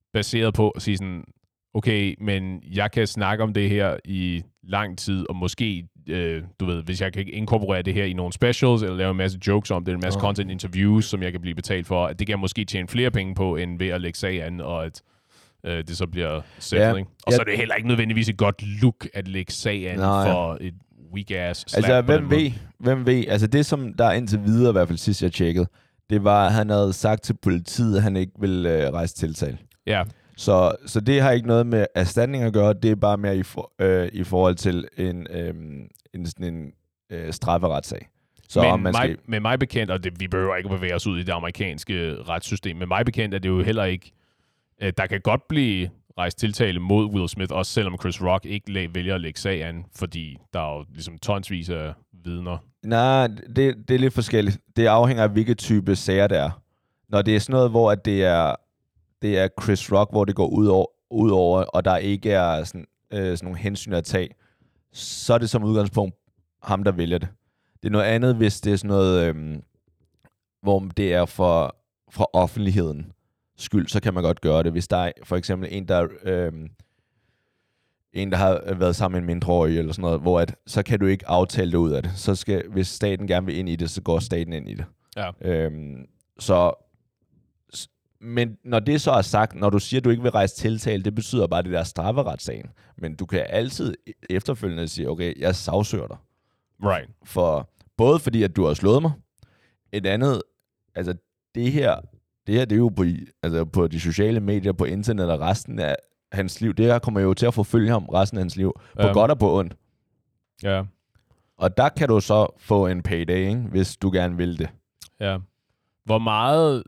baseret på at sige sådan, okay, men jeg kan snakke om det her i lang tid, og måske, du ved, hvis jeg kan inkorporere det her i nogle specials, eller lave en masse jokes om det, en masse content interviews, som jeg kan blive betalt for, at det kan jeg måske tjene flere penge på, end ved at lægge sag an, og at det så bliver settling. Og så er det heller ikke nødvendigvis et godt look at lægge sag an for et weak-ass slap. Altså, hvem ved? Altså, det som der indtil videre, i hvert fald sidst jeg tjekkede, det var, at han havde sagt til politiet, at han ikke ville rejse tiltale. Ja. Så det har ikke noget med erstatning at gøre, det er bare mere i forhold til en strafferetssag. Så med mig bekendt, og vi behøver ikke at bevæge os ud i det amerikanske retssystem, med mig bekendt er det jo heller ikke, der kan godt blive rejst tiltale mod Will Smith, også selvom Chris Rock ikke vælger at lægge sag an, fordi der er jo ligesom tonsvis af vidner. Nej, det er lidt forskelligt. Det afhænger af, hvilke type sager det er. Når det er sådan noget, hvor at det er Chris Rock, hvor det går ud over, og der ikke er sådan nogle hensyn at tage, så er det som udgangspunkt ham, der vælger det. Det er noget andet, hvis det er sådan noget, hvor det er for offentligheden skyld, så kan man godt gøre det. Hvis der er for eksempel en, der har været sammen med en mindreårig eller sådan noget, hvor så kan du ikke aftale det ud af det. Hvis staten gerne vil ind i det, så går staten ind i det. Ja. Men når det så er sagt, når du siger, at du ikke vil rejse tiltale, det betyder bare det der strafferetssagen. Men du kan altid efterfølgende sige, okay, jeg sagsøger dig. Right. Både fordi, at du har slået mig. Et andet, altså det her det er jo på de sociale medier, på internet og resten af hans liv. Det her kommer jo til at forfølge ham resten af hans liv. På godt og på ondt. Ja. Og der kan du så få en payday, ikke? Hvis du gerne vil det. Ja. Hvor meget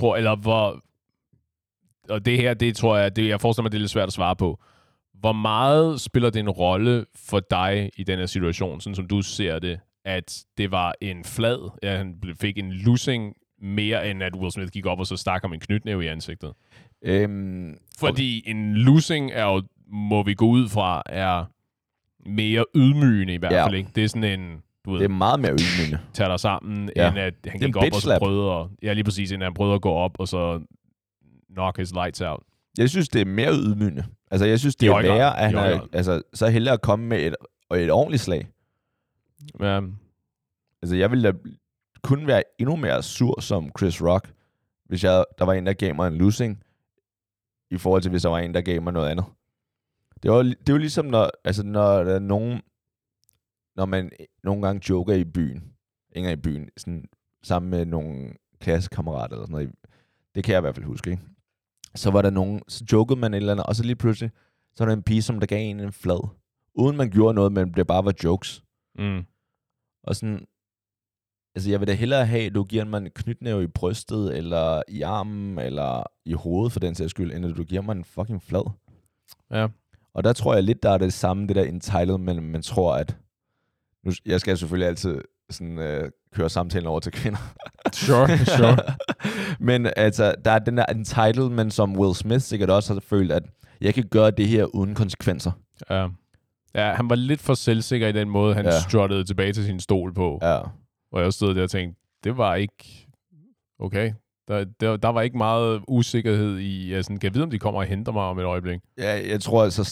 og det her, det tror jeg forestiller mig, det er lidt svært at svare på. Hvor meget spiller det en rolle for dig i den her situation, sådan som du ser det, at det var en flad, han fik en lussing mere end at Will Smith gik op og så stak ham en knytnæve i ansigtet? Fordi en lussing er jo, må vi gå ud fra, er mere ydmygende i hvert fald, ikke? Det er sådan en, du ved, det er meget mere ydmygende. Tager dig sammen, end at han gik op og så prøvede at, lige præcis, end at han prøvede at gå op og så knock his lights out. Jeg synes, det er mere ydmygende. Altså, jeg synes, det er værre, at han så hellere at komme med et ordentligt slag. Ja. Altså, jeg ville da kun være endnu mere sur som Chris Rock, hvis der var en, der gav mig en losing, i forhold til, hvis der var en, der gav mig noget andet. Det er jo ligesom, når der er nogen, når man nogle gange joker i byen, sådan, sammen med nogle klassekammerater eller sådan noget. Det kan jeg i hvert fald huske, ikke? Så var der nogen, så jokede man et eller andet, og så lige pludselig, så var der en pige, som der gav en flad. Uden man gjorde noget, men det bare var jokes. Mm. Og sådan, altså jeg vil da hellere have, at du giver mig en knytnæve i brystet, eller i armen, eller i hovedet for den sags skyld, end at du giver mig en fucking flad. Ja. Og der tror jeg lidt, der er det samme, det der entitled, men man tror, at nu, jeg skal selvfølgelig altid sådan, køre samtalen over til kvinder. Sure. Men altså, der er den der entitlement, som Will Smith sikkert også har følt, at jeg kan gøre det her uden konsekvenser. Ja, han var lidt for selvsikker i den måde, han struttede tilbage til sin stol på. Ja. Og jeg stod der og tænkte, det var ikke okay. Der var ikke meget usikkerhed i, jeg sådan, kan jeg vide, om de kommer og henter mig om et øjeblik? Ja, jeg tror, så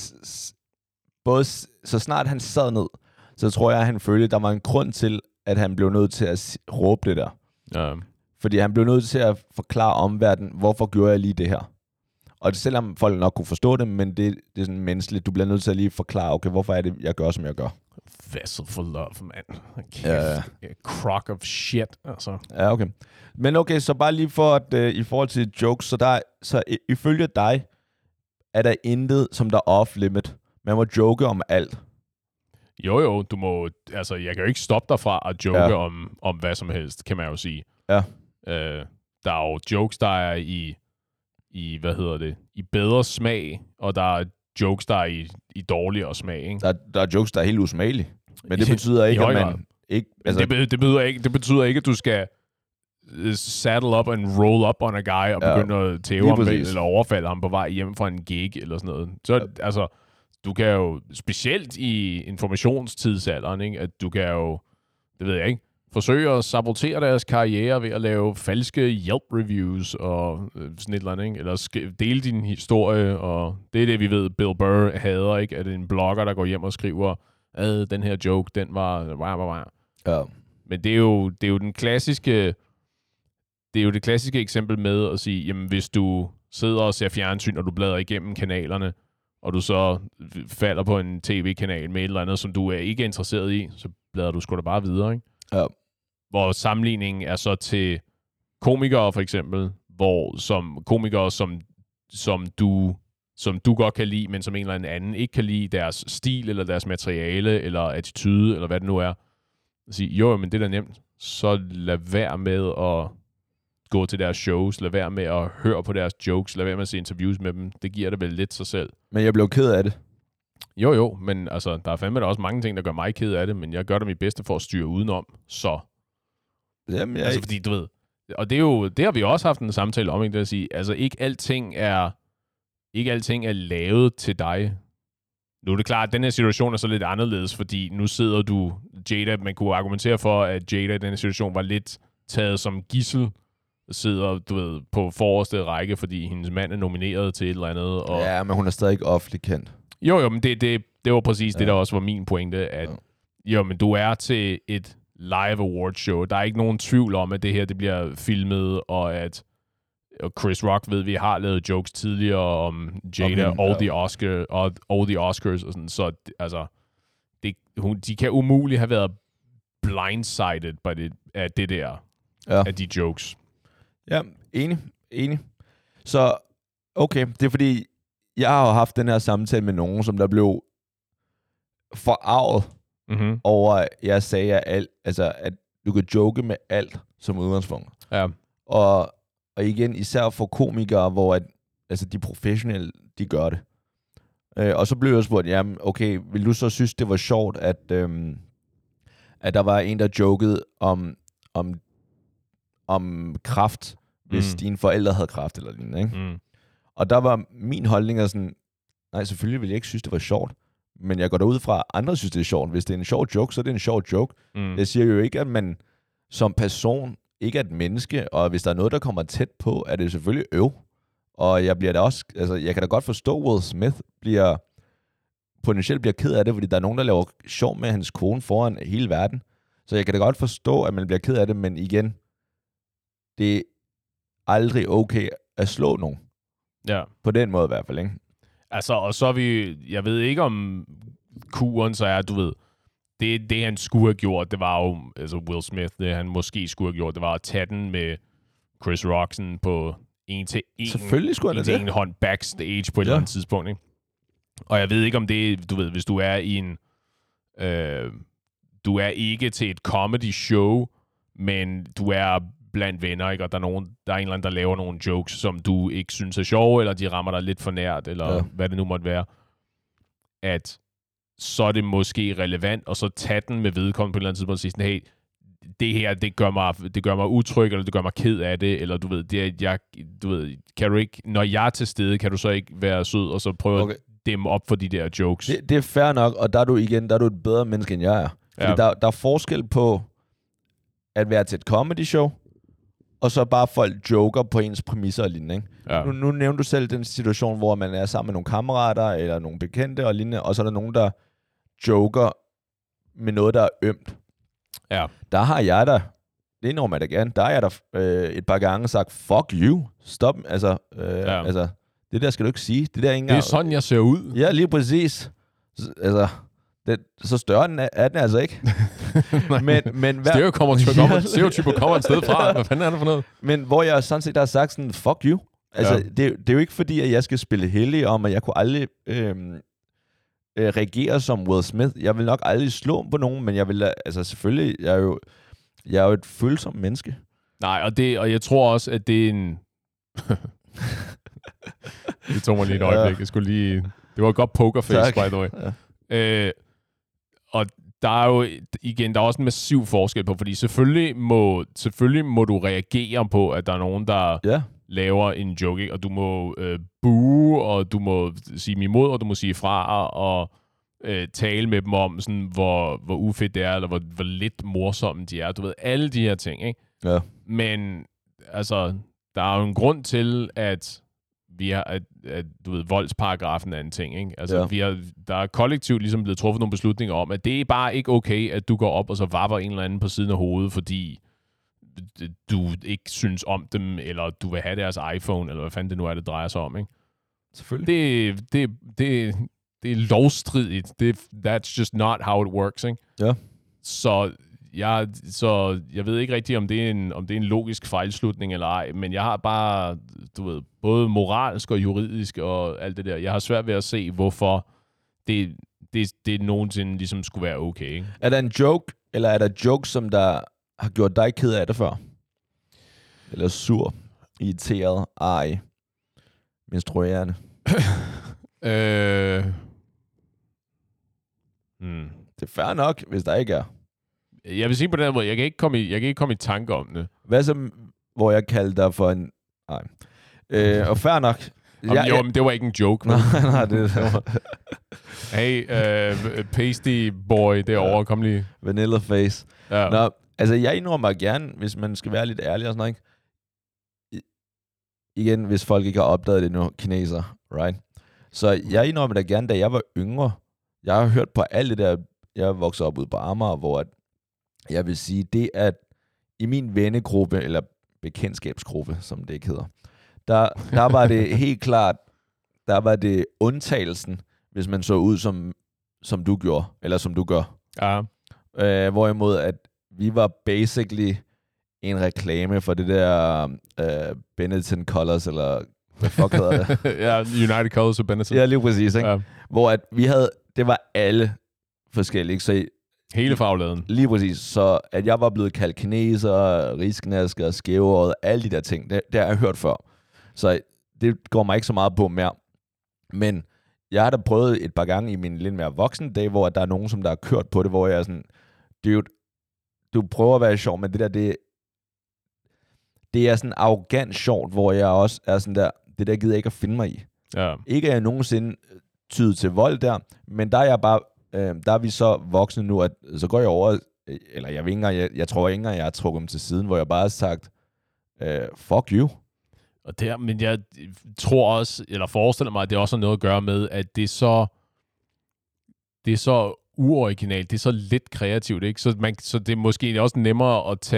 snart han sad ned, så tror jeg, at han følte, at der var en grund til, at han blev nødt til at råbe det der. Ja. Fordi han blev nødt til at forklare omverdenen, hvorfor gjorde jeg lige det her. Og selvom folk nok kunne forstå det, men det er sådan menneskeligt. Du bliver nødt til at lige forklare, okay, hvorfor er det, jeg gør, som jeg gør. Vessel for love, man. Ja. Crock of shit, altså. Ja, okay. Men okay, så bare lige for, at i forhold til jokes, så ifølge dig, er der intet, som der er off-limit. Man må joke om alt. Jo, du må, altså, jeg kan jo ikke stoppe dig fra at joke om hvad som helst, kan man jo sige. Ja. Der er jo jokes, der er i bedre smag, og der er jokes, der er i dårligere smag, ikke? Der er jokes, der er helt usmagelige. Men det betyder ikke, at man ikke... Altså... Det betyder ikke, at du skal saddle up and roll up on a guy og begynde at tæve ham eller overfalde ham på vej hjem fra en gig eller sådan noget. Så altså, du kan jo, specielt i informationstidsalderen, ikke, at du kan jo, det ved jeg ikke, forsøger at sabotere deres karriere ved at lave falske Yelp-reviews og sådan et eller andet, ikke? Eller dele din historie, og det er det, vi ved, Bill Burr hader, ikke? At en blogger, der går hjem og skriver, at den her joke, den var... Ja. Men det er jo den klassiske... Det er jo det klassiske eksempel med at sige, jamen hvis du sidder og ser fjernsyn, og du bladrer igennem kanalerne, og du så falder på en tv-kanal med et eller andet, som du er ikke interesseret i, så bladrer du sgu da bare videre, ikke? Ja. Hvor sammenligningen er så til komikere for eksempel, hvor som komikere, som du godt kan lide, men som en eller anden ikke kan lide deres stil, eller deres materiale, eller attitude, eller hvad det nu er. At sige, jo, men det er da nemt. Så lad være med at gå til deres shows, lad være med at høre på deres jokes, lad være med at se interviews med dem. Det giver det vel lidt sig selv. Men jeg blev ked af det. Jo, men altså, der er fandme også mange ting, der gør mig ked af det, men jeg gør det mit bedste for at styre udenom, så. Jamen, altså, fordi du ved, og det er jo, det har vi også haft en samtale om, ikke? Det at sige, altså ikke alting er lavet til dig. Nu er det klart, at den her situation er så lidt anderledes, fordi nu sidder du, Jada, man kunne argumentere for, at Jada i den her situation var lidt taget som gidsel, sidder, du ved, på forreste række, fordi hendes mand er nomineret til et eller andet. Og ja, men hun er stadig ikke offentlig kendt. Jo, men det var præcis det, der også var min pointe, at jo, men du er til et live award show. Der er ikke nogen tvivl om, at det her det bliver filmet, og at Chris Rock ved, vi har lavet jokes tidligere om Jada og the Oscars og sådan, så altså de kan umuligt have været blindsided af det der, af de jokes. Ja, enig. Så, okay, det er fordi, jeg har jo haft den her samtale med nogen, som der blev forarvet over, at jeg sagde, at du kan joke med alt som udgangspunkt. Ja. Og igen, især for komikere, hvor de professionelle, de gør det. Og så blev jeg spurgt, jamen, okay, vil du så synes, det var sjovt, at der var en, der jokede om kræft, hvis dine forældre havde kræft eller lignende, ikke? Og der var min holdning sådan, nej, selvfølgelig ville jeg ikke synes, det var sjovt, men jeg går derud fra, at andre synes, det er sjovt. Hvis det er en sjov joke, så er det en sjov joke. Jeg siger jo ikke, at man som person ikke er et menneske, og hvis der er noget, der kommer tæt på, er det selvfølgelig Og jeg bliver da også, jeg kan da godt forstå, Will Smith potentielt bliver ked af det, fordi der er nogen, der laver sjov med hans kone foran hele verden. Så jeg kan da godt forstå, at man bliver ked af det, men igen, det er aldrig okay at slå nogen. Ja. På den måde i hvert fald, ikke? Altså, og så er jeg ved ikke om kuren, så er, du ved, det han skulle have gjort, det var jo, altså Will Smith, det han måske skulle have gjort, det var at tage den med Chris Rock sådan på en til en hånd backstage på et eller andet tidspunkt, ikke? Og jeg ved ikke om det, du ved, hvis du er i en, du er ikke til et comedy show, men du er blandt venner, ikke? Og der er en eller anden, der laver nogle jokes, som du ikke synes er sjove, eller de rammer dig lidt for nært, eller hvad det nu måtte være, at så er det måske relevant, og så tage den med vedkommende på et eller andet tidspunkt og sige sådan, hey, det her, det gør mig utryg, eller det gør mig ked af det, eller du ved, kan du ikke, når jeg er til stede, kan du så ikke være sød, og så prøve at dæmme op for de der jokes. Det er fair nok, og der er du et bedre menneske, end jeg er. Fordi der er forskel på at være til et comedy show, og så bare folk joker på ens præmisser og lignende, ikke? Ja. Nu nævner du selv den situation, hvor man er sammen med nogle kammerater, eller nogle bekendte og lignende, og så er der nogen, der joker med noget, der er ømt. Ja. Der har jeg da, det indrømmer jeg da gerne, der har jeg da et par gange sagt, fuck you, stop, altså, det der skal du ikke sige. Det er sådan, jeg ser ud. Ja, lige præcis. Altså, så større er den altså ikke. men stereotyper kommer et sted fra. Hvad fanden er det for noget? Men hvor jeg sådan set har sagt sådan, fuck you. Altså, det er jo ikke fordi, at jeg skal spille heldig om, at jeg kunne aldrig reagere som Will Smith. Jeg vil nok aldrig slå på nogen, men jeg vil, altså selvfølgelig, jeg er jo et følsomt menneske. Nej, og jeg tror også, at det er en... Det tog mig lige et øjeblik. Jeg skulle lige... Det var et godt pokerface, by the way. Ja. Og der er jo igen, der er også en massiv forskel på, fordi selvfølgelig må du reagere på, at der er nogen, der laver en joke, og du må bue, og du må sige imod, og du må sige fra, og tale med dem om, sådan, hvor ufedt det er, eller hvor lidt morsomme de er. Du ved, alle de her ting, ikke? Ja. Men, altså, der er jo en grund til, at vi har, at du ved, voldsparagrafen er en ting, ikke? Altså, der er kollektivt ligesom blevet truffet nogle beslutninger om, at det er bare ikke okay, at du går op og så vapper en eller anden på siden af hovedet, fordi du ikke synes om dem, eller du vil have deres iPhone, eller hvad fanden det nu er, det drejer sig om, ikke? Selvfølgelig. Det er lovstridigt. That's just not how it works, ikke? Ja. Så jeg ved ikke rigtigt, om det er en logisk fejlslutning eller ej, men jeg har bare, du ved, både moralsk og juridisk og alt det der. Jeg har svært ved at se, hvorfor det nogensinde ligesom skulle være okay, ikke? Er der en joke, eller er der jokes, som der har gjort dig ked af det før? Eller sur, irriteret, ej, menstruerende? Det er fair nok, hvis der ikke er. Jeg vil sige på den måde, jeg kan ikke komme i tanke om det. Hvad så, hvor jeg kaldte dig for en... Nej. Og fair nok. Men det var ikke en joke. Nej, det Hey, pasty boy derovre, kom lige. Vanilla face. Ja. Nå, altså jeg indrømmer gerne, hvis man skal være lidt ærlig og sådan noget, ikke? Igen, hvis folk ikke har opdaget det nu, kineser, right? Så jeg indrømmer da gerne, da jeg var yngre. Jeg har hørt på alt det der, jeg voksede op ude på Amager, hvor jeg vil sige, det at i min vennegruppe, eller bekendtskabsgruppe, som det ikke hedder, der var det helt klart, der var det undtagelsen, hvis man så ud som du gjorde, eller som du gør. Ja. Hvorimod at vi var basically en reklame for det der Benetton Colors, eller hvad fuck hedder det? Ja, United Colors of Benetton. Ja, lige præcis, ikke? Ja. Hvor at vi havde, det var alle forskellige, så hele fagladen. Lige præcis, så at jeg var blevet kaldt kineser, risknasker, skæveåret, alle de der ting, det har jeg hørt før. Så det går mig ikke så meget på mere. Men jeg har da prøvet et par gange i min lidt mere voksne dag, hvor der er nogen, som der har kørt på det, hvor jeg er sådan, dude, du prøver at være sjov, men det der, det er sådan arrogant sjovt, hvor jeg også er sådan der, det der gider jeg ikke at finde mig i. Ja. Ikke at jeg nogensinde tydet til vold der, men der er jeg bare, der er vi så voksne nu, at så går jeg over, eller jeg tror ikke engang, jeg har trukket dem til siden, hvor jeg bare har sagt, fuck you. Men jeg tror også, eller forestiller mig, at det også har noget at gøre med, at det er så uoriginalt, det er så lidt kreativt, ikke? Så det er måske også nemmere at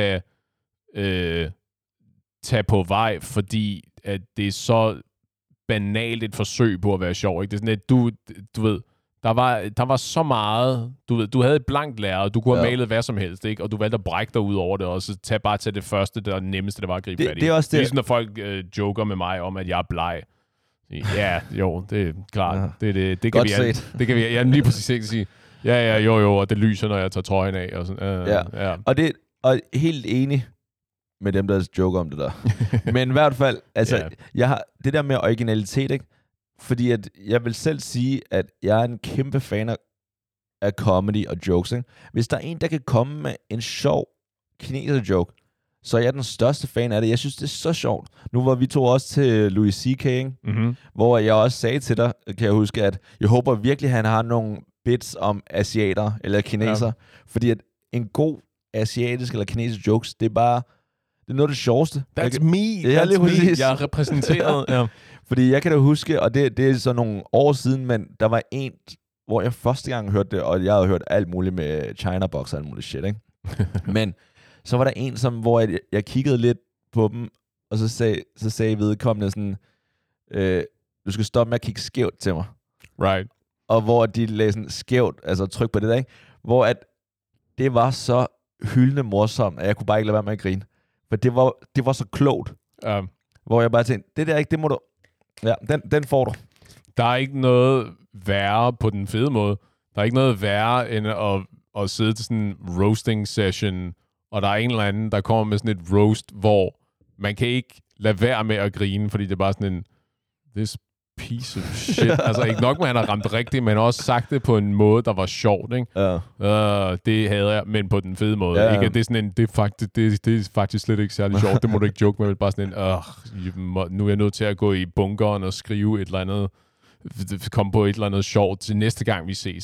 tage på vej, fordi at det er så banalt et forsøg på at være sjov, ikke? Det er sådan, at du ved, der var så meget, du ved, du havde et blankt lærred, du kunne have malet hvad som helst, ikke? Og du valgte at brække dig ud over det, og så tage det første, der nemmeste, det var at gribe fat i. Det er også det. Ligesom når folk joker med mig om, at jeg er bleg. Ja, jo, det er klart. Ja. Det kan vi ja, lige præcis ikke sige. Ja, jo, og det lyser, når jeg tager trøjen af. Og sådan. Ja. Og helt enig med dem, der joker om det der. Men i hvert fald, altså, jeg har det der med originalitet, ikke? Fordi at jeg vil selv sige, at jeg er en kæmpe fan af comedy og jokes, ikke? Hvis der er en, der kan komme med en sjov kineser-joke, så er jeg den største fan af det. Jeg synes, det er så sjovt. Nu var vi to også til Louis C.K., mm-hmm. hvor jeg også sagde til dig, kan jeg huske, at jeg håber virkelig, at han har nogle bits om asiater eller kineser. Ja. Fordi at en god asiatisk eller kinesisk jokes, det er bare... Det er noget af det sjoveste. That's me. Ja, That's me. Jeg er repræsenteret. Ja. Fordi jeg kan da huske, og det er så nogle år siden, men der var en, hvor jeg første gang hørte det, og jeg havde hørt alt muligt med China Box og alt muligt shit, ikke? Men så var der en, hvor jeg kiggede lidt på dem, og så sagde vedkommende sådan, du skal stoppe med at kigge skævt til mig. Right. Og hvor de lagde sådan skævt, altså tryk på det der, ikke? Hvor at det var så hyldende morsomt, at jeg kunne bare ikke lade være med at grine. For det var så klogt. Hvor jeg bare tænkte, det der ikke, det må du... Ja, den får du. Der er ikke noget værre på den fede måde. Der er ikke noget værre, end at sidde til sådan en roasting session, og der er en eller anden, der kommer med sådan et roast, hvor man kan ikke lade være med at grine, fordi det er bare sådan en... This piece of shit. Altså ikke nok, man har ramt rigtigt, men også sagt det på en måde, der var sjovt, ikke? Ja. Det havde jeg, men på den fede måde. Ja. Ikke? Det er sådan en, det er faktisk slet ikke særlig sjovt. Det må du ikke joke med. Bare sådan en, nu er jeg nødt til at gå i bunkeren og skrive et eller andet, komme på et eller andet sjovt til næste gang, vi ses, ikke?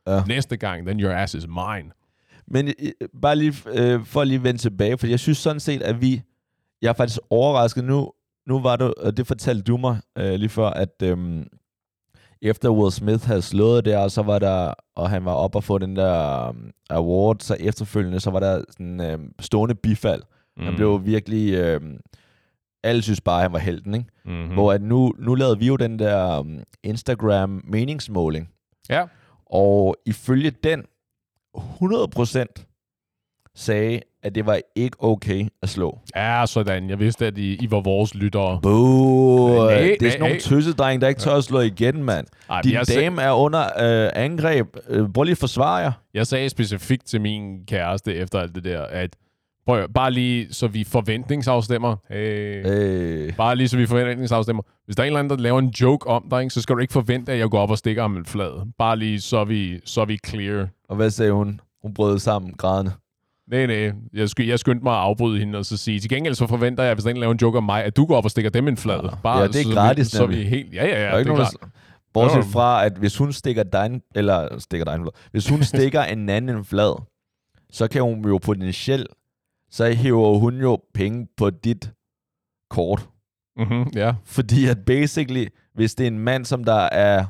Næste gang, then your ass is mine. Men bare lige for at lige vende tilbage, for jeg synes sådan set, at jeg er faktisk overrasket nu var det, og det fortalte du mig lige før, at efter Will Smith havde slået der, og så var der, og han var op og få den der award, så efterfølgende, så var der sådan stående bifald. Han blev virkelig, alle synes bare, han var helten, ikke? Mm-hmm. Hvor at nu lavede vi jo den der Instagram meningsmåling. Ja. Og ifølge den, 100% sagde, at det var ikke okay at slå. Ja, sådan. Jeg vidste, at I var vores lyttere. Det er sådan nogle tøsedrenge, der ikke tør at slå igen, mand. Din dame er under angreb. Prøv lige at forsvare jer. Jeg sagde specifikt til min kæreste efter alt det der, at bare lige, så vi forventningsafstemmer. Bare lige, så vi forventningsafstemmer. Hvis der er en eller anden, der laver en joke om dig, så skal du ikke forvente, at jeg går op og stikker ham en flad. Bare lige, så er vi clear. Og hvad sagde hun? Hun brød sammen grædende. Nej. Jeg skyndte mig at afbryde hende og så sige, til gengæld så forventer jeg, hvis der er en, der laver en joke om mig, at du går op og stikker dem en flad. Bare, ja, det er gratis. Så vi helt... Ja, det er klart. Bortset fra, at hvis hun hvis hun stikker en anden en flad, så kan hun jo potentielt, så hiver hun jo penge på dit kort. Mm-hmm, ja. Fordi at basically, hvis det er en mand, som der er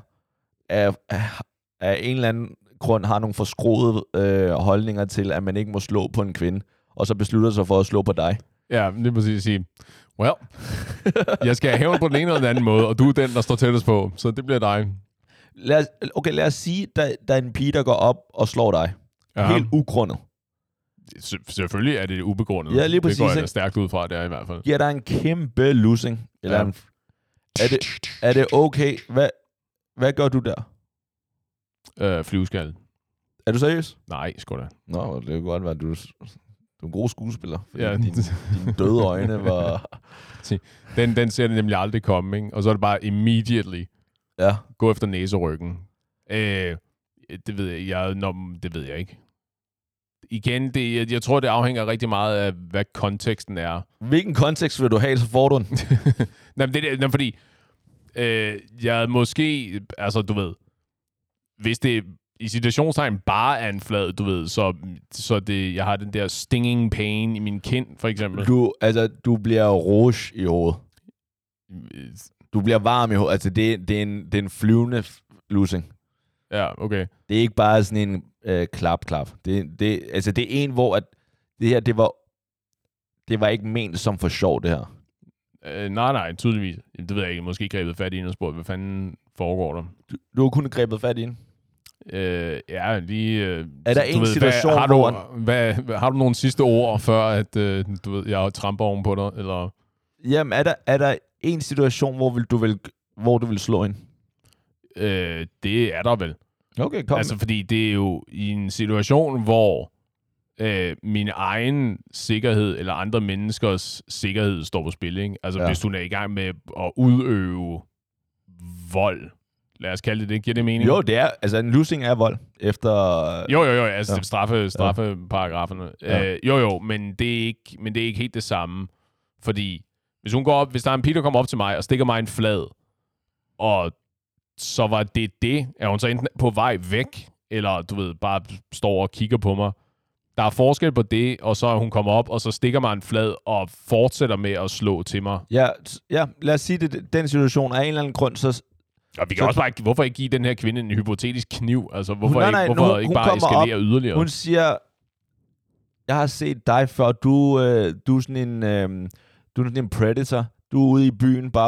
en eller anden grund har nogle forskroede holdninger til, at man ikke må slå på en kvinde, og så beslutter sig for at slå på dig. Ja, det er præcis at sige, well, jeg skal hæve på den ene eller den anden måde, og du er den, der står tættest på, så det bliver dig. Lad os sige, der er en pige, der går op og slår dig. Aha. Helt ugrundet. Selvfølgelig er det ubegrundet. Ja, lige præcis. Det går jeg da stærkt ud fra, det er i hvert fald. Ja, der er en kæmpe losing. Eller er det okay? Hvad gør du der? Flyveskal. Er du seriøs? Nej, sgu da. Nå, det kan godt være, at du er en god skuespiller. Ja. Dine døde øjne var... Den ser det nemlig aldrig komme, ikke? Og så er det bare immediately gå efter næseryggen. Det ved jeg. Det ved jeg ikke. Igen, jeg tror, det afhænger rigtig meget af, hvad konteksten er. Hvilken kontekst vil du have, så får du den? Fordi jeg måske... Altså, du ved... Hvis det i situationstegn bare er en flad, du ved, så det, jeg har den der stinging pain i min kind, for eksempel. Du bliver rouge i hovedet. Du bliver varm i hovedet. Altså, det er en flyvende losing. Ja, okay. Det er ikke bare sådan en klap. Det er en, hvor at det her, det var ikke ment som for sjov, det her. Nej, tydeligvis. Det ved jeg ikke. Måske grebet fat i en og spurgt, hvad fanden foregår der? Du har kun grebet fat i en? Ja, lige... er der en situation, har du nogle sidste ord, før at du ved, jeg tramper oven på dig? Eller? Jamen, er der en situation, hvor du vil slå ind? Det er der vel. Okay, kom. Altså, fordi det er jo i en situation, hvor min egen sikkerhed eller andre menneskers sikkerhed står på spil, ikke? Altså, hvis du er i gang med at udøve vold, lad os kalde det, giver det mening? Jo, det er, altså en losing er vold, efter... Jo, altså straffeparagraferne. Ja. Men det er ikke helt det samme, fordi hvis der er en pige, der kommer op til mig og stikker mig en flad, og så var det, er hun så enten på vej væk, eller du ved, bare står og kigger på mig. Der er forskel på det, og så hun kommer op, og så stikker mig en flad, og fortsætter med at slå til mig. Ja, lad os sige, det den situation af en eller anden grund, så... Og vi kan også bare, hvorfor ikke give den her kvinde en hypotetisk kniv? Altså, hvorfor ikke bare eskalere yderligere? Hun siger, jeg har set dig før, du er sådan en predator. Du er ude i byen bare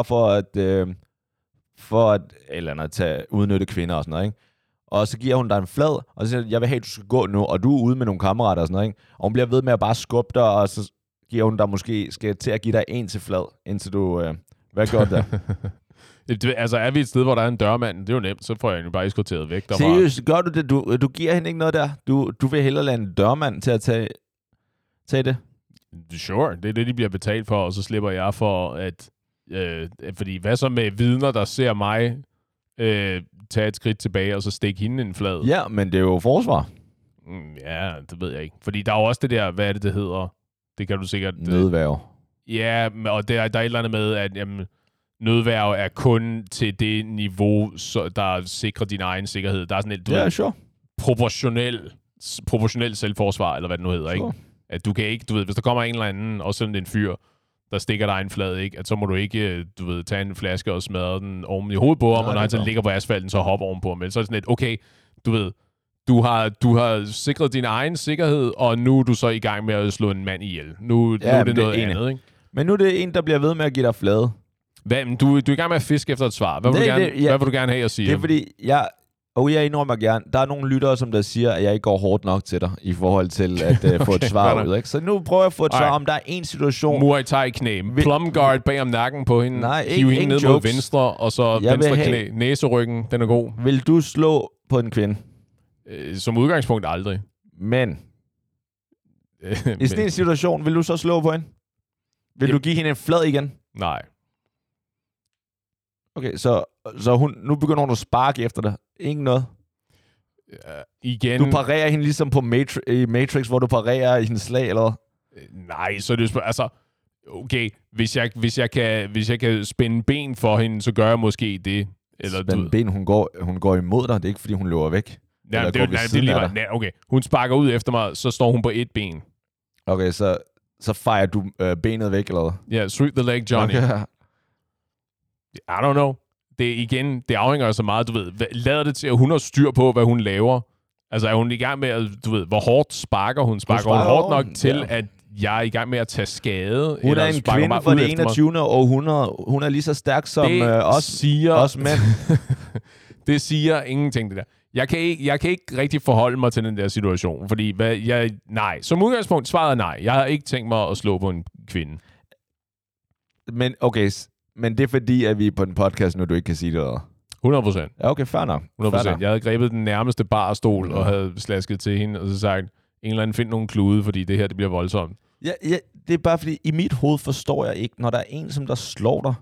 for at eller andet, udnytte kvinder og sådan noget, ikke? Og så giver hun dig en flad, og så siger, jeg vil have, at du skal gå nu, og du er ude med nogle kammerater og sådan noget, ikke? Og hun bliver ved med at bare skubbe dig, og så giver hun dig måske, skal til at give dig en til flad, indtil du, hvad gør der? Altså, er vi et sted, hvor der er en dørmand? Det er jo nemt, så får jeg jo bare eskorteret væk derfra. Seriøst, gør du det? Du giver hende ikke noget der? Du vil hellere lade en dørmand til at tage det? Sure, det er det, de bliver betalt for, og så slipper jeg for at... fordi hvad så med vidner, der ser mig tage et skridt tilbage, og så stikke hende en flad? Ja, men det er jo forsvar. Ja, det ved jeg ikke. Fordi der er jo også det der, hvad er det hedder? Det kan du sikkert... Nødværge. Ja, og der er et eller andet med, at jamen, nødværge er kun til det niveau, der sikrer din egen sikkerhed. Der er sådan et... Ja, sure. proportionel selvforsvar, eller hvad det nu hedder, ikke? At du kan ikke, du ved, hvis der kommer en eller anden, og sådan en fyr, der stikker dig en flad, ikke? At så må du ikke, du ved, tage en flaske og smadre den oven i hovedet på ham, og når han så ligger på asfalten, så hopper ovenpå ham. Men så er det sådan lidt, okay, du ved, du har sikret din egen sikkerhed, og nu er du så i gang med at slå en mand ihjel. Nu er det noget andet, ikke? Men nu er det en, der bliver ved med at give dig flade. Du er i gang med at fiske efter et svar. Hvad vil du gerne have at sige? Det er fordi, jeg indrømmer gerne, der er nogle lyttere, som der siger, at jeg ikke går hårdt nok til dig, i forhold til at få et svar ud. Ikke? Så nu prøver jeg at få et svar, om der er en situation... Muay Thai knæ. Plum guard bag om nakken på hende. Nej, hive hende ned mod venstre, og så venstre knæ. Næseryggen, den er god. Vil du slå på en kvinde? Som udgangspunkt aldrig. Men... I sådan en situation, vil du så slå på hende? Vil du give hende en flad igen? Nej. Okay, så nu begynder hun at sparke efter dig. Ingen noget? Igen... Du parerer hende ligesom på Matrix, hvor du parerer hendes slag, eller? Nej, så er det jo altså... Okay, hvis jeg kan spænde ben for hende, så gør jeg måske det. Eller spænde ben, hun går imod dig. Det er ikke, fordi hun løber væk. Nej, det er lige meget. Okay, hun sparker ud efter mig, så står hun på et ben. Okay, så fejrer du benet væk, eller hvad? Ja, yeah, sweep the leg, Johnny. Okay. I don't know. Det afhænger så meget, du ved. Lader det til, at hun har styr på, hvad hun laver? Altså, er hun i gang med, at, du ved, hvor hårdt sparker hun? Sparker hun hårdt nok til, at jeg er i gang med at tage skade? Hun er en kvinde fra det 21. århundrede. Hun er lige så stærk som os mænd. Det siger ingenting, det der. Jeg kan ikke rigtig forholde mig til den der situation, fordi nej. Som udgangspunkt, svaret er nej. Jeg har ikke tænkt mig at slå på en kvinde. Men okay, men det er fordi, at vi er på en podcast nu, du ikke kan sige det, eller? 100%. Ja, okay, fair nok. 100%. Jeg havde grebet den nærmeste barstol og havde slasket til hende, og så sagt, en eller anden find nogle klude, fordi det her, det bliver voldsomt. Ja, det er bare fordi, i mit hoved forstår jeg ikke, når der er en, som der slår dig,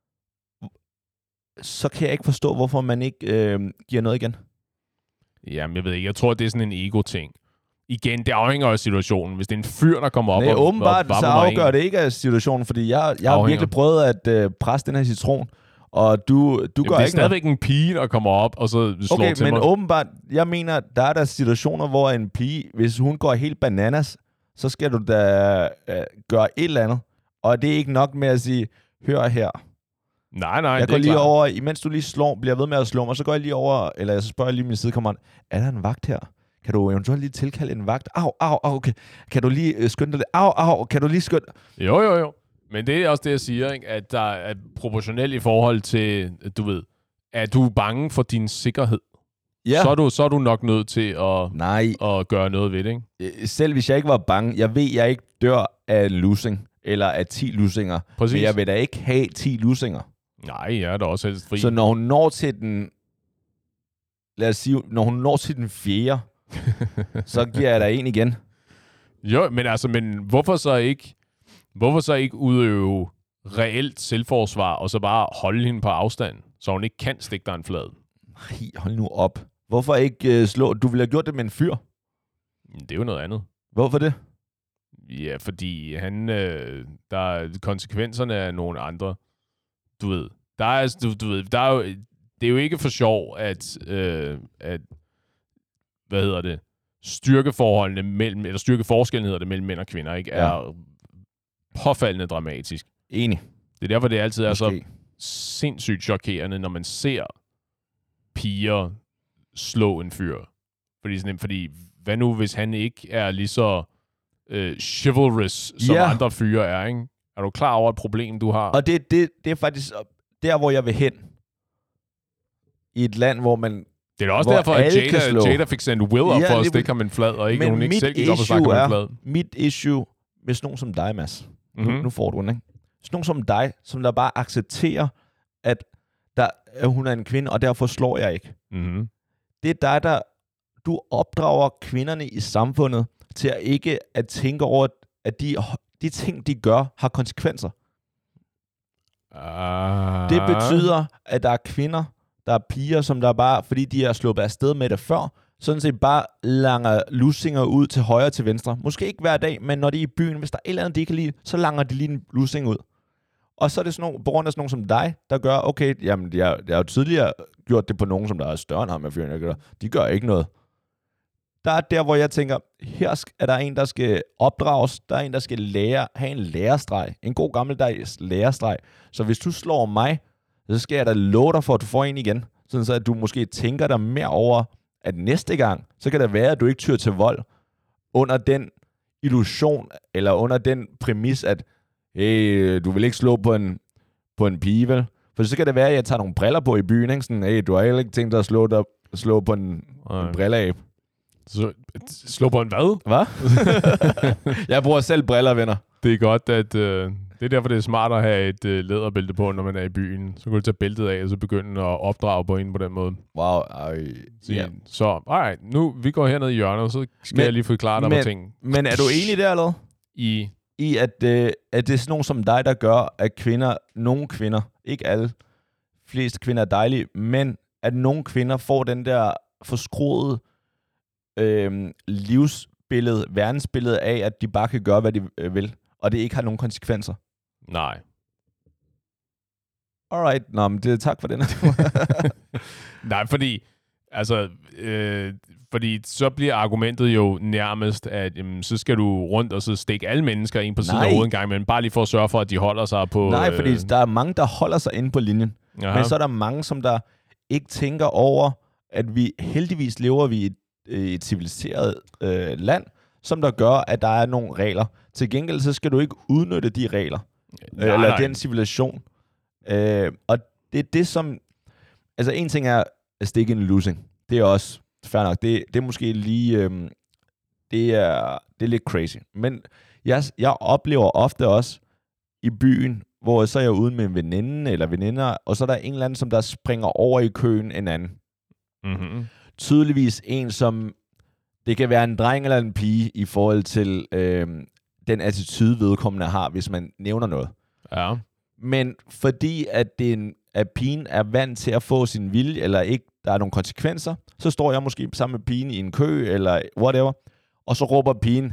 så kan jeg ikke forstå, hvorfor man ikke giver noget igen. Jamen, jeg ved ikke. Jeg tror, det er sådan en ego-ting. Igen, det afhænger af situationen. Hvis det er en fyr, der kommer op og åbenbart, så afgør det ikke af situationen, fordi jeg har virkelig prøvet at presse den her citron, og du gør ikke det er stadigvæk en pige, der kommer op, og så slår til mig. Okay, men åbenbart, jeg mener, der er der situationer, hvor en pige, hvis hun går helt bananas, så skal du da gøre et eller andet. Og det er ikke nok med at sige, hør her. Nej, jeg går lige over, imens du lige bliver ved med at slå mig, så går jeg lige over, eller så spørger jeg lige min sidekammerat, er der en vagt her? Kan du eventuelt lige tilkalde en vagt? Au, okay. Kan du lige skynde dig? Au, kan du lige skynde? Jo. Men det er også det, jeg siger, ikke? At der er proportionelt i forhold til, du ved, at du er bange for din sikkerhed. Ja. Så er du nok nødt til at gøre noget ved det, ikke? Selv hvis jeg ikke var bange, jeg ved, jeg ikke dør af losing, eller af 10 lusinger. Præcis. Men jeg vil da ikke have 10 lusinger. Nej, jeg er da også helst fri. Så når hun når til den, lad os sige, når hun når til den 4., så giver jeg dig en igen. Jo, men hvorfor så ikke udøve reelt selvforsvar, og så bare holde hende på afstand, så hun ikke kan stikke dig en flad? Nej, hold nu op. Hvorfor ikke slå? Du ville have gjort det med en fyr. Det er jo noget andet. Hvorfor det? Ja, fordi konsekvenserne er nogle andre. Du ved, det er jo ikke for sjov, at hvad hedder det? Styrkeforholdene mellem, eller styrkeforskellen hedder det, mellem mænd og kvinder, ikke? Er påfaldende dramatisk. Enig. Det er derfor, det altid er så sindssygt chokerende, når man ser piger slå en fyr. Fordi hvad nu, hvis han ikke er lige så chivalrous, som andre fyre er, ikke? Er du klar over et problem, du har? Og det er faktisk der, hvor jeg vil hen. I et land, hvor man... Det er også derfor, at Jada fik sendt Will op for at stikke ham en flad, og ikke hun ikke selv gik op og snakke ham en flad. Mit issue med sådan nogen som dig, Mads. Nu får du den, ikke? Sådan nogen som dig, som der bare accepterer, at hun er en kvinde, og derfor slår jeg ikke. Mm-hmm. Det er dig, du opdrager kvinderne i samfundet til at ikke at tænke over, at de ting, de gør, har konsekvenser. Det betyder, at der er kvinder, der er piger, som der bare, fordi de er sluppet afsted med det før, sådan set bare langer lussinger ud til højre og til venstre. Måske ikke hver dag, men når de er i byen, hvis der er et eller andet, de kan lide, så langer de lige en lussing ud. Og så er det sådan nogle, på grund af sådan nogen som dig, der gør, okay, jamen, jeg har jo tidligere gjort det på nogen, som der er større end ham med fyren, de gør ikke noget. der er der, hvor jeg tænker, her er der en, der skal opdrages, der er en, der skal have en lærestreg, en god gammeldags lærestreg. Så hvis du slår mig, så skal jeg da love dig for, at du får en igen. Sådan så, at du måske tænker dig mere over, at næste gang, så kan det være, at du ikke tyr til vold under den illusion, eller under den præmis, at hey, du vil ikke slå på en pige, vel? For så kan det være, at jeg tager nogle briller på i byen, ikke? Sådan, hey, du har heller ikke tænkt dig at slå på en brilleab. Slå på en hvad? Hvad? Jeg bruger selv briller, venner. Det er godt, at det er derfor, det er smart at have et læderbælte på, når man er i byen. Så kan du tage bæltet af, og så begynde at opdrage på en på den måde. Wow. Yeah. Så, alright, nu vi går herned i hjørnet, og så skal jeg lige forklare dig på ting. Men er du enig der, eller? I at det er sådan nogen som dig, der gør, at nogle kvinder, ikke alle, flest kvinder er dejlige, men at nogle kvinder får den der forskruede livsbillede, verdensbillede af, at de bare kan gøre, hvad de vil, og det ikke har nogen konsekvenser. Nej. Alright, nå, men tak for den. Nej, fordi så bliver argumentet jo nærmest, at så skal du rundt og så stikke alle mennesker ind på siden af hovedet en gang, men bare lige for at sørge for, at de holder sig på... Nej, fordi der er mange, der holder sig inde på linjen. Aha. Men så er der mange, som der ikke tænker over, at vi heldigvis lever i et civiliseret land, som der gør, at der er nogle regler. Til gengæld, så skal du ikke udnytte de regler. Eller den civilisation. Og det er det, som... Altså, en ting er at stikke en losing. Det er også fair nok. Det er måske lige... det er lidt crazy. Men jeg oplever ofte også i byen, hvor så er jeg ude med en veninde eller veninder, og så er der en eller anden, som der springer over i køen en anden. Mm-hmm. Tydeligvis en, som... Det kan være en dreng eller en pige i forhold til den attitude, vedkommende har, hvis man nævner noget. Ja. Men fordi at pigen er vant til at få sin vilje, eller ikke, der er nogle konsekvenser, så står jeg måske sammen med pigen i en kø, eller whatever, og så råber pigen,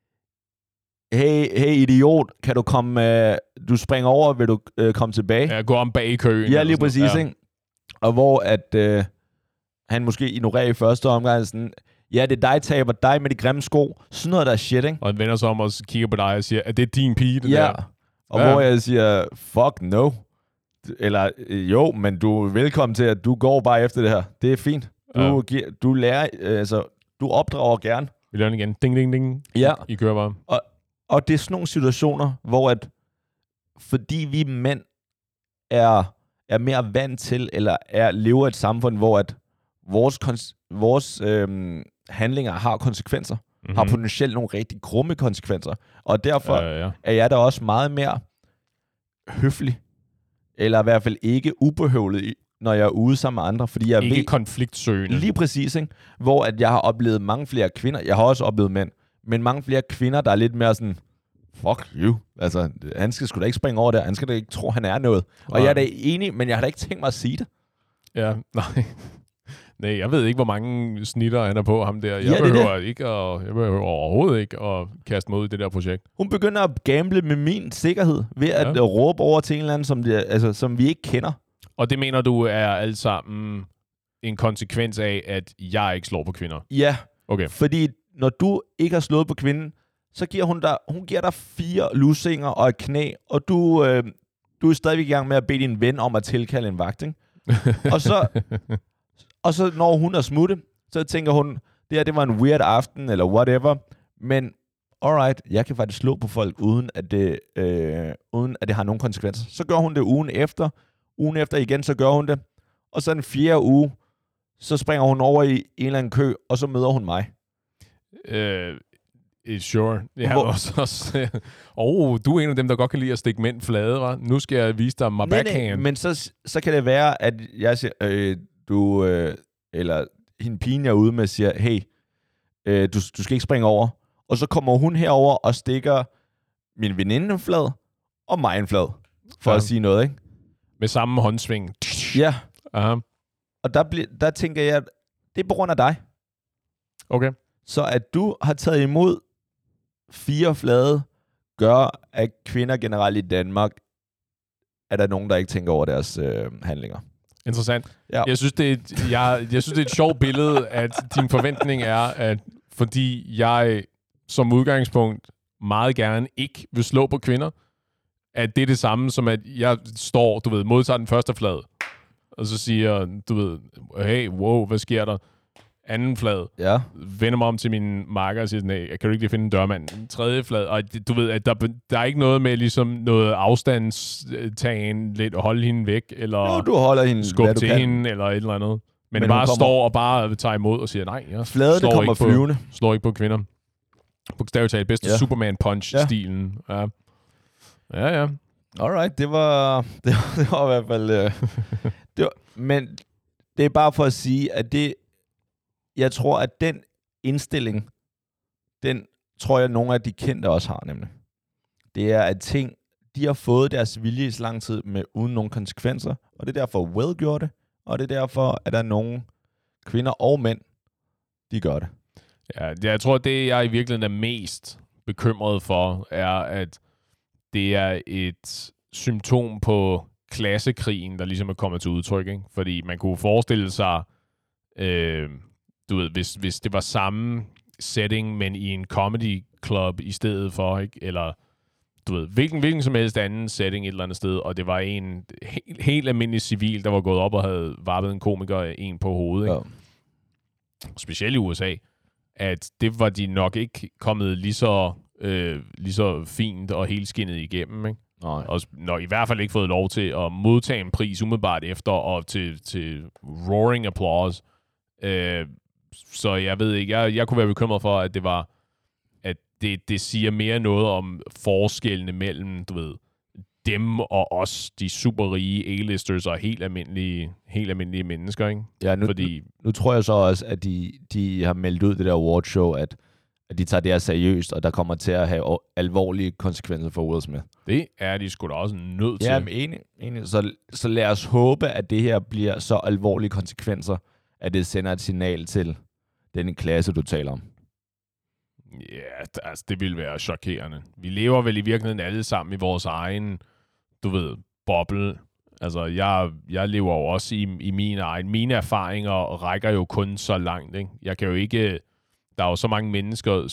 hey idiot, kan du komme, du springer over, vil du komme tilbage? Ja, gå om bag i køen. Ja, lige præcis, ja. Ikke? Og hvor at han måske ignorerer i første omgang sådan, ja, det er dig, taber dig med de grimme sko, sådan noget der er shit, ikke? Og han vender sig om og kigger på dig og siger, er det din pige, det ja. der? Og hvor jeg siger, fuck no. Eller, jo, men du er velkommen til, at du går bare efter det her. Det er fint. Du lærer, altså, du opdrager gerne. Vi lærer igen. Ding, ding, ding. Ja. I kører bare. Og det er sådan nogle situationer, hvor at, fordi vi mænd er mere vant til, eller lever et samfund, hvor at vores handlinger har konsekvenser. Har potentielt nogle rigtig grumme konsekvenser. Og derfor er jeg da også meget mere høflig, eller i hvert fald ikke ubehøvlet, når jeg er ude sammen med andre, fordi jeg ikke konfliktsøgende. Lige præcis, ikke? Hvor at jeg har oplevet mange flere kvinder, jeg har også oplevet mænd, men mange flere kvinder, der er lidt mere sådan, fuck you, altså, han skal sgu da ikke springe over der, han skal da ikke tro, han er noget. Og jeg er da enig, men jeg har da ikke tænkt mig at sige det. Ja, nej. Nej, jeg ved ikke, hvor mange snitter han er på ham der. Jeg behøver overhovedet ikke at kaste mig ud i det der projekt. Hun begynder at gamble med min sikkerhed ved at råbe over til en eller anden, som vi ikke kender. Og det mener du er alt sammen en konsekvens af, at jeg ikke slår på kvinder? Ja, okay. Fordi når du ikke har slået på kvinden, så giver hun giver dig 4 lussinger og et knæ, og du er stadig i gang med at bede din ven om at tilkalde en vagt, ikke? Og så når hun er smutte, så tænker hun, det var en weird aften, eller whatever. Men, alright, jeg kan faktisk slå på folk, uden at det har nogen konsekvenser. Så gør hun det ugen efter. Ugen efter igen, så gør hun det. Og så den 4. uge, så springer hun over i en eller anden kø, og så møder hun mig. Sure. Ja, du er en af dem, der godt kan lide at stikke mænd flade, hva'? Nu skal jeg vise dig my backhand. Men så kan det være, at jeg siger, eller hende pigen jeg er ude med siger, hey, du skal ikke springe over. Og så kommer hun herover og stikker min veninde en flad, og mig en flad, for at sige noget, ikke? Med samme håndsving. Ja. Aha. Og der tænker jeg, det er på grund af dig. Okay. Så at du har taget imod 4 flade, gør, at kvinder generelt i Danmark, er der nogen, der ikke tænker over deres handlinger. Interessant. Ja. Jeg synes, det er et sjovt billede, at din forventning er, at fordi jeg som udgangspunkt meget gerne ikke vil slå på kvinder, at det er det samme som, at jeg står, modtager den første flad, og så siger, hey, wow, hvad sker der? Anden flad. Ja. Vender mig om til min marker og siger sådan, hey, kan du ikke lige finde en dørmand? En tredje flad. Og du ved, at der er ikke noget med ligesom noget afstandstagen, lidt at holde hende væk, eller jo, du holder hende, skubbe til hende, eller et eller andet. Men bare står og bare tager imod og siger, nej, jeg fladene kommer flyvende. Slår ikke på kvinder. Bogstaveligt talt, bedste Superman punch-stilen. Ja. Ja. Alright, det var i hvert fald... men det er bare for at sige, at jeg tror, at den indstilling, den tror jeg, nogle af de kendte også har, nemlig. Det er, at de har fået deres vilje i så lang tid uden nogen konsekvenser, og det er derfor, Will gjorde det, og det er derfor, at der er nogle kvinder og mænd, de gør det. Ja, jeg tror, det jeg i virkeligheden er mest bekymret for, er, at det er et symptom på klassekrigen, der ligesom er kommet til udtryk, ikke? Fordi man kunne forestille sig, hvis det var samme setting, men i en comedy club i stedet for, ikke? Eller hvilken som helst anden setting et eller andet sted, og det var en helt almindelig civil, der var gået op og havde varpet en komiker en på hovedet, ikke? Ja. Specielt i USA, at det var de nok ikke kommet lige så fint og helskindet igennem, ikke? Nej. Og nok i hvert fald ikke fået lov til at modtage en pris umiddelbart efter, og til roaring applause. Så jeg ved ikke, jeg kunne være bekymret for, at det var, at det siger mere noget om forskellene mellem, dem og os, de super rige A-listers og helt almindelige mennesker, ikke? Ja, nu tror jeg så også, at de har meldt ud det der awardshow, at de tager det her seriøst, og der kommer til at have alvorlige konsekvenser for Will Smith. Det er de sgu da også nødt til. Ja, men enig. Så lad os håbe, at det her bliver så alvorlige konsekvenser, at det sender et signal til den klasse, du taler om. Ja, altså det vil være chokerende. Vi lever vel i virkeligheden alle sammen i vores egen, boble. Altså, jeg lever jo også i min egen. Mine erfaringer rækker jo kun så langt, ikke? Jeg kan jo ikke... Der er jo så mange mennesker,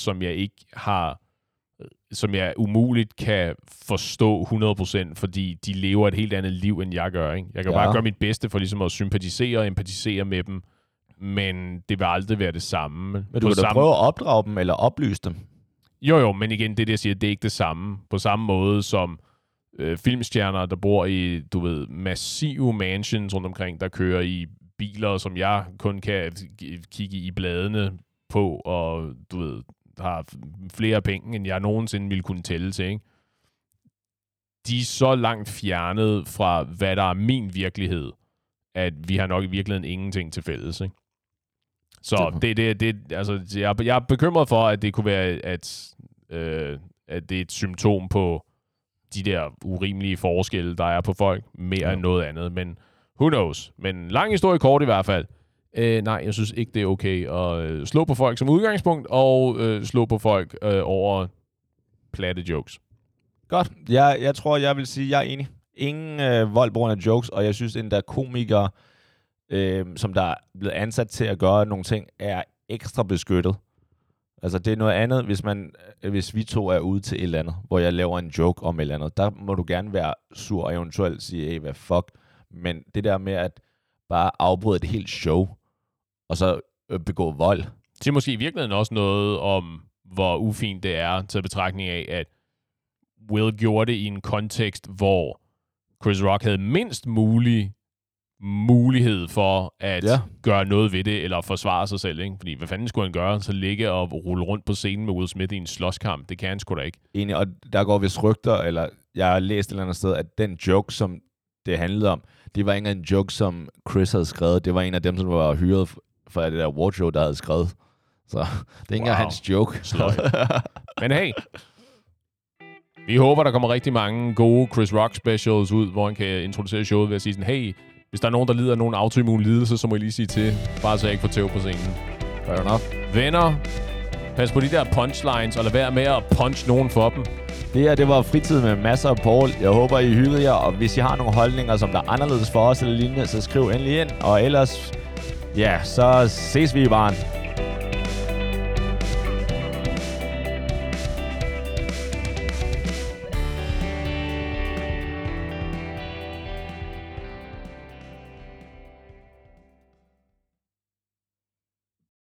som jeg umuligt kan forstå 100%, fordi de lever et helt andet liv, end jeg gør, ikke? Jeg kan bare gøre mit bedste for ligesom at sympatisere og empatisere med dem, men det vil aldrig være det samme. Men du kan da prøve at opdrage dem, eller oplyse dem. Jo, men igen, det jeg siger, det er ikke det samme. På samme måde som filmstjerner, der bor i, massive mansions rundt omkring, der kører i biler, som jeg kun kan kigge i bladene på, og har flere penge, end jeg nogensinde ville kunne tælle til, ikke? De er så langt fjernet fra, hvad der er min virkelighed, at vi har nok i virkeligheden ingenting til fælles, ikke? Så altså, jeg er bekymret for, at det kunne være, at det er et symptom på de der urimelige forskelle, der er på folk, mere end noget andet. Men who knows? Men lang historie kort i hvert fald. Nej, jeg synes ikke, det er okay at slå på folk som udgangspunkt, og slå på folk over platte jokes. Godt. Jeg tror, jeg vil sige, jeg er enig. Ingen vold på grund af jokes, og jeg synes endda komikere, som der er blevet ansat til at gøre nogle ting, er ekstra beskyttet. Altså, det er noget andet, hvis vi to er ude til et eller andet, hvor jeg laver en joke om et eller andet. Der må du gerne være sur og eventuelt sige, hey, hvad fuck. Men det der med at bare afbryde et helt show, og så begå vold. Det er måske i virkeligheden også noget om, hvor ufint det er, til betragtning af, at Will gjorde det i en kontekst, hvor Chris Rock havde mindst mulighed for at gøre noget ved det, eller forsvare sig selv, ikke? Fordi hvad fanden skulle han gøre? Så ligge og rulle rundt på scenen med Will Smith i en slåskamp. Det kan han sgu da ikke. Enig, og der går vist rygter, eller jeg har læst et eller andet sted, at den joke, som det handlede om, det var ikke en joke, som Chris havde skrevet. Det var en af dem, som var hyret for det der awardshow, der havde skrevet. Så det er ikke engang hans joke. Men hey, vi håber, der kommer rigtig mange gode Chris Rock specials ud, hvor han kan introducere showet ved at sige sådan, hey, hvis der er nogen, der lider af nogen autoimmune lidelse, så må I lige sige til, bare så jeg ikke får tæv på scenen. Fair enough. Venner, pas på de der punchlines, og lad være med at punch nogen for dem. Det her, det var fritid med masser af Paul. Jeg håber, I hyggede jer, og hvis I har nogle holdninger, som der er anderledes for os eller lignende, så skriv endelig ind. Og ellers, ja, så ses vi i baren.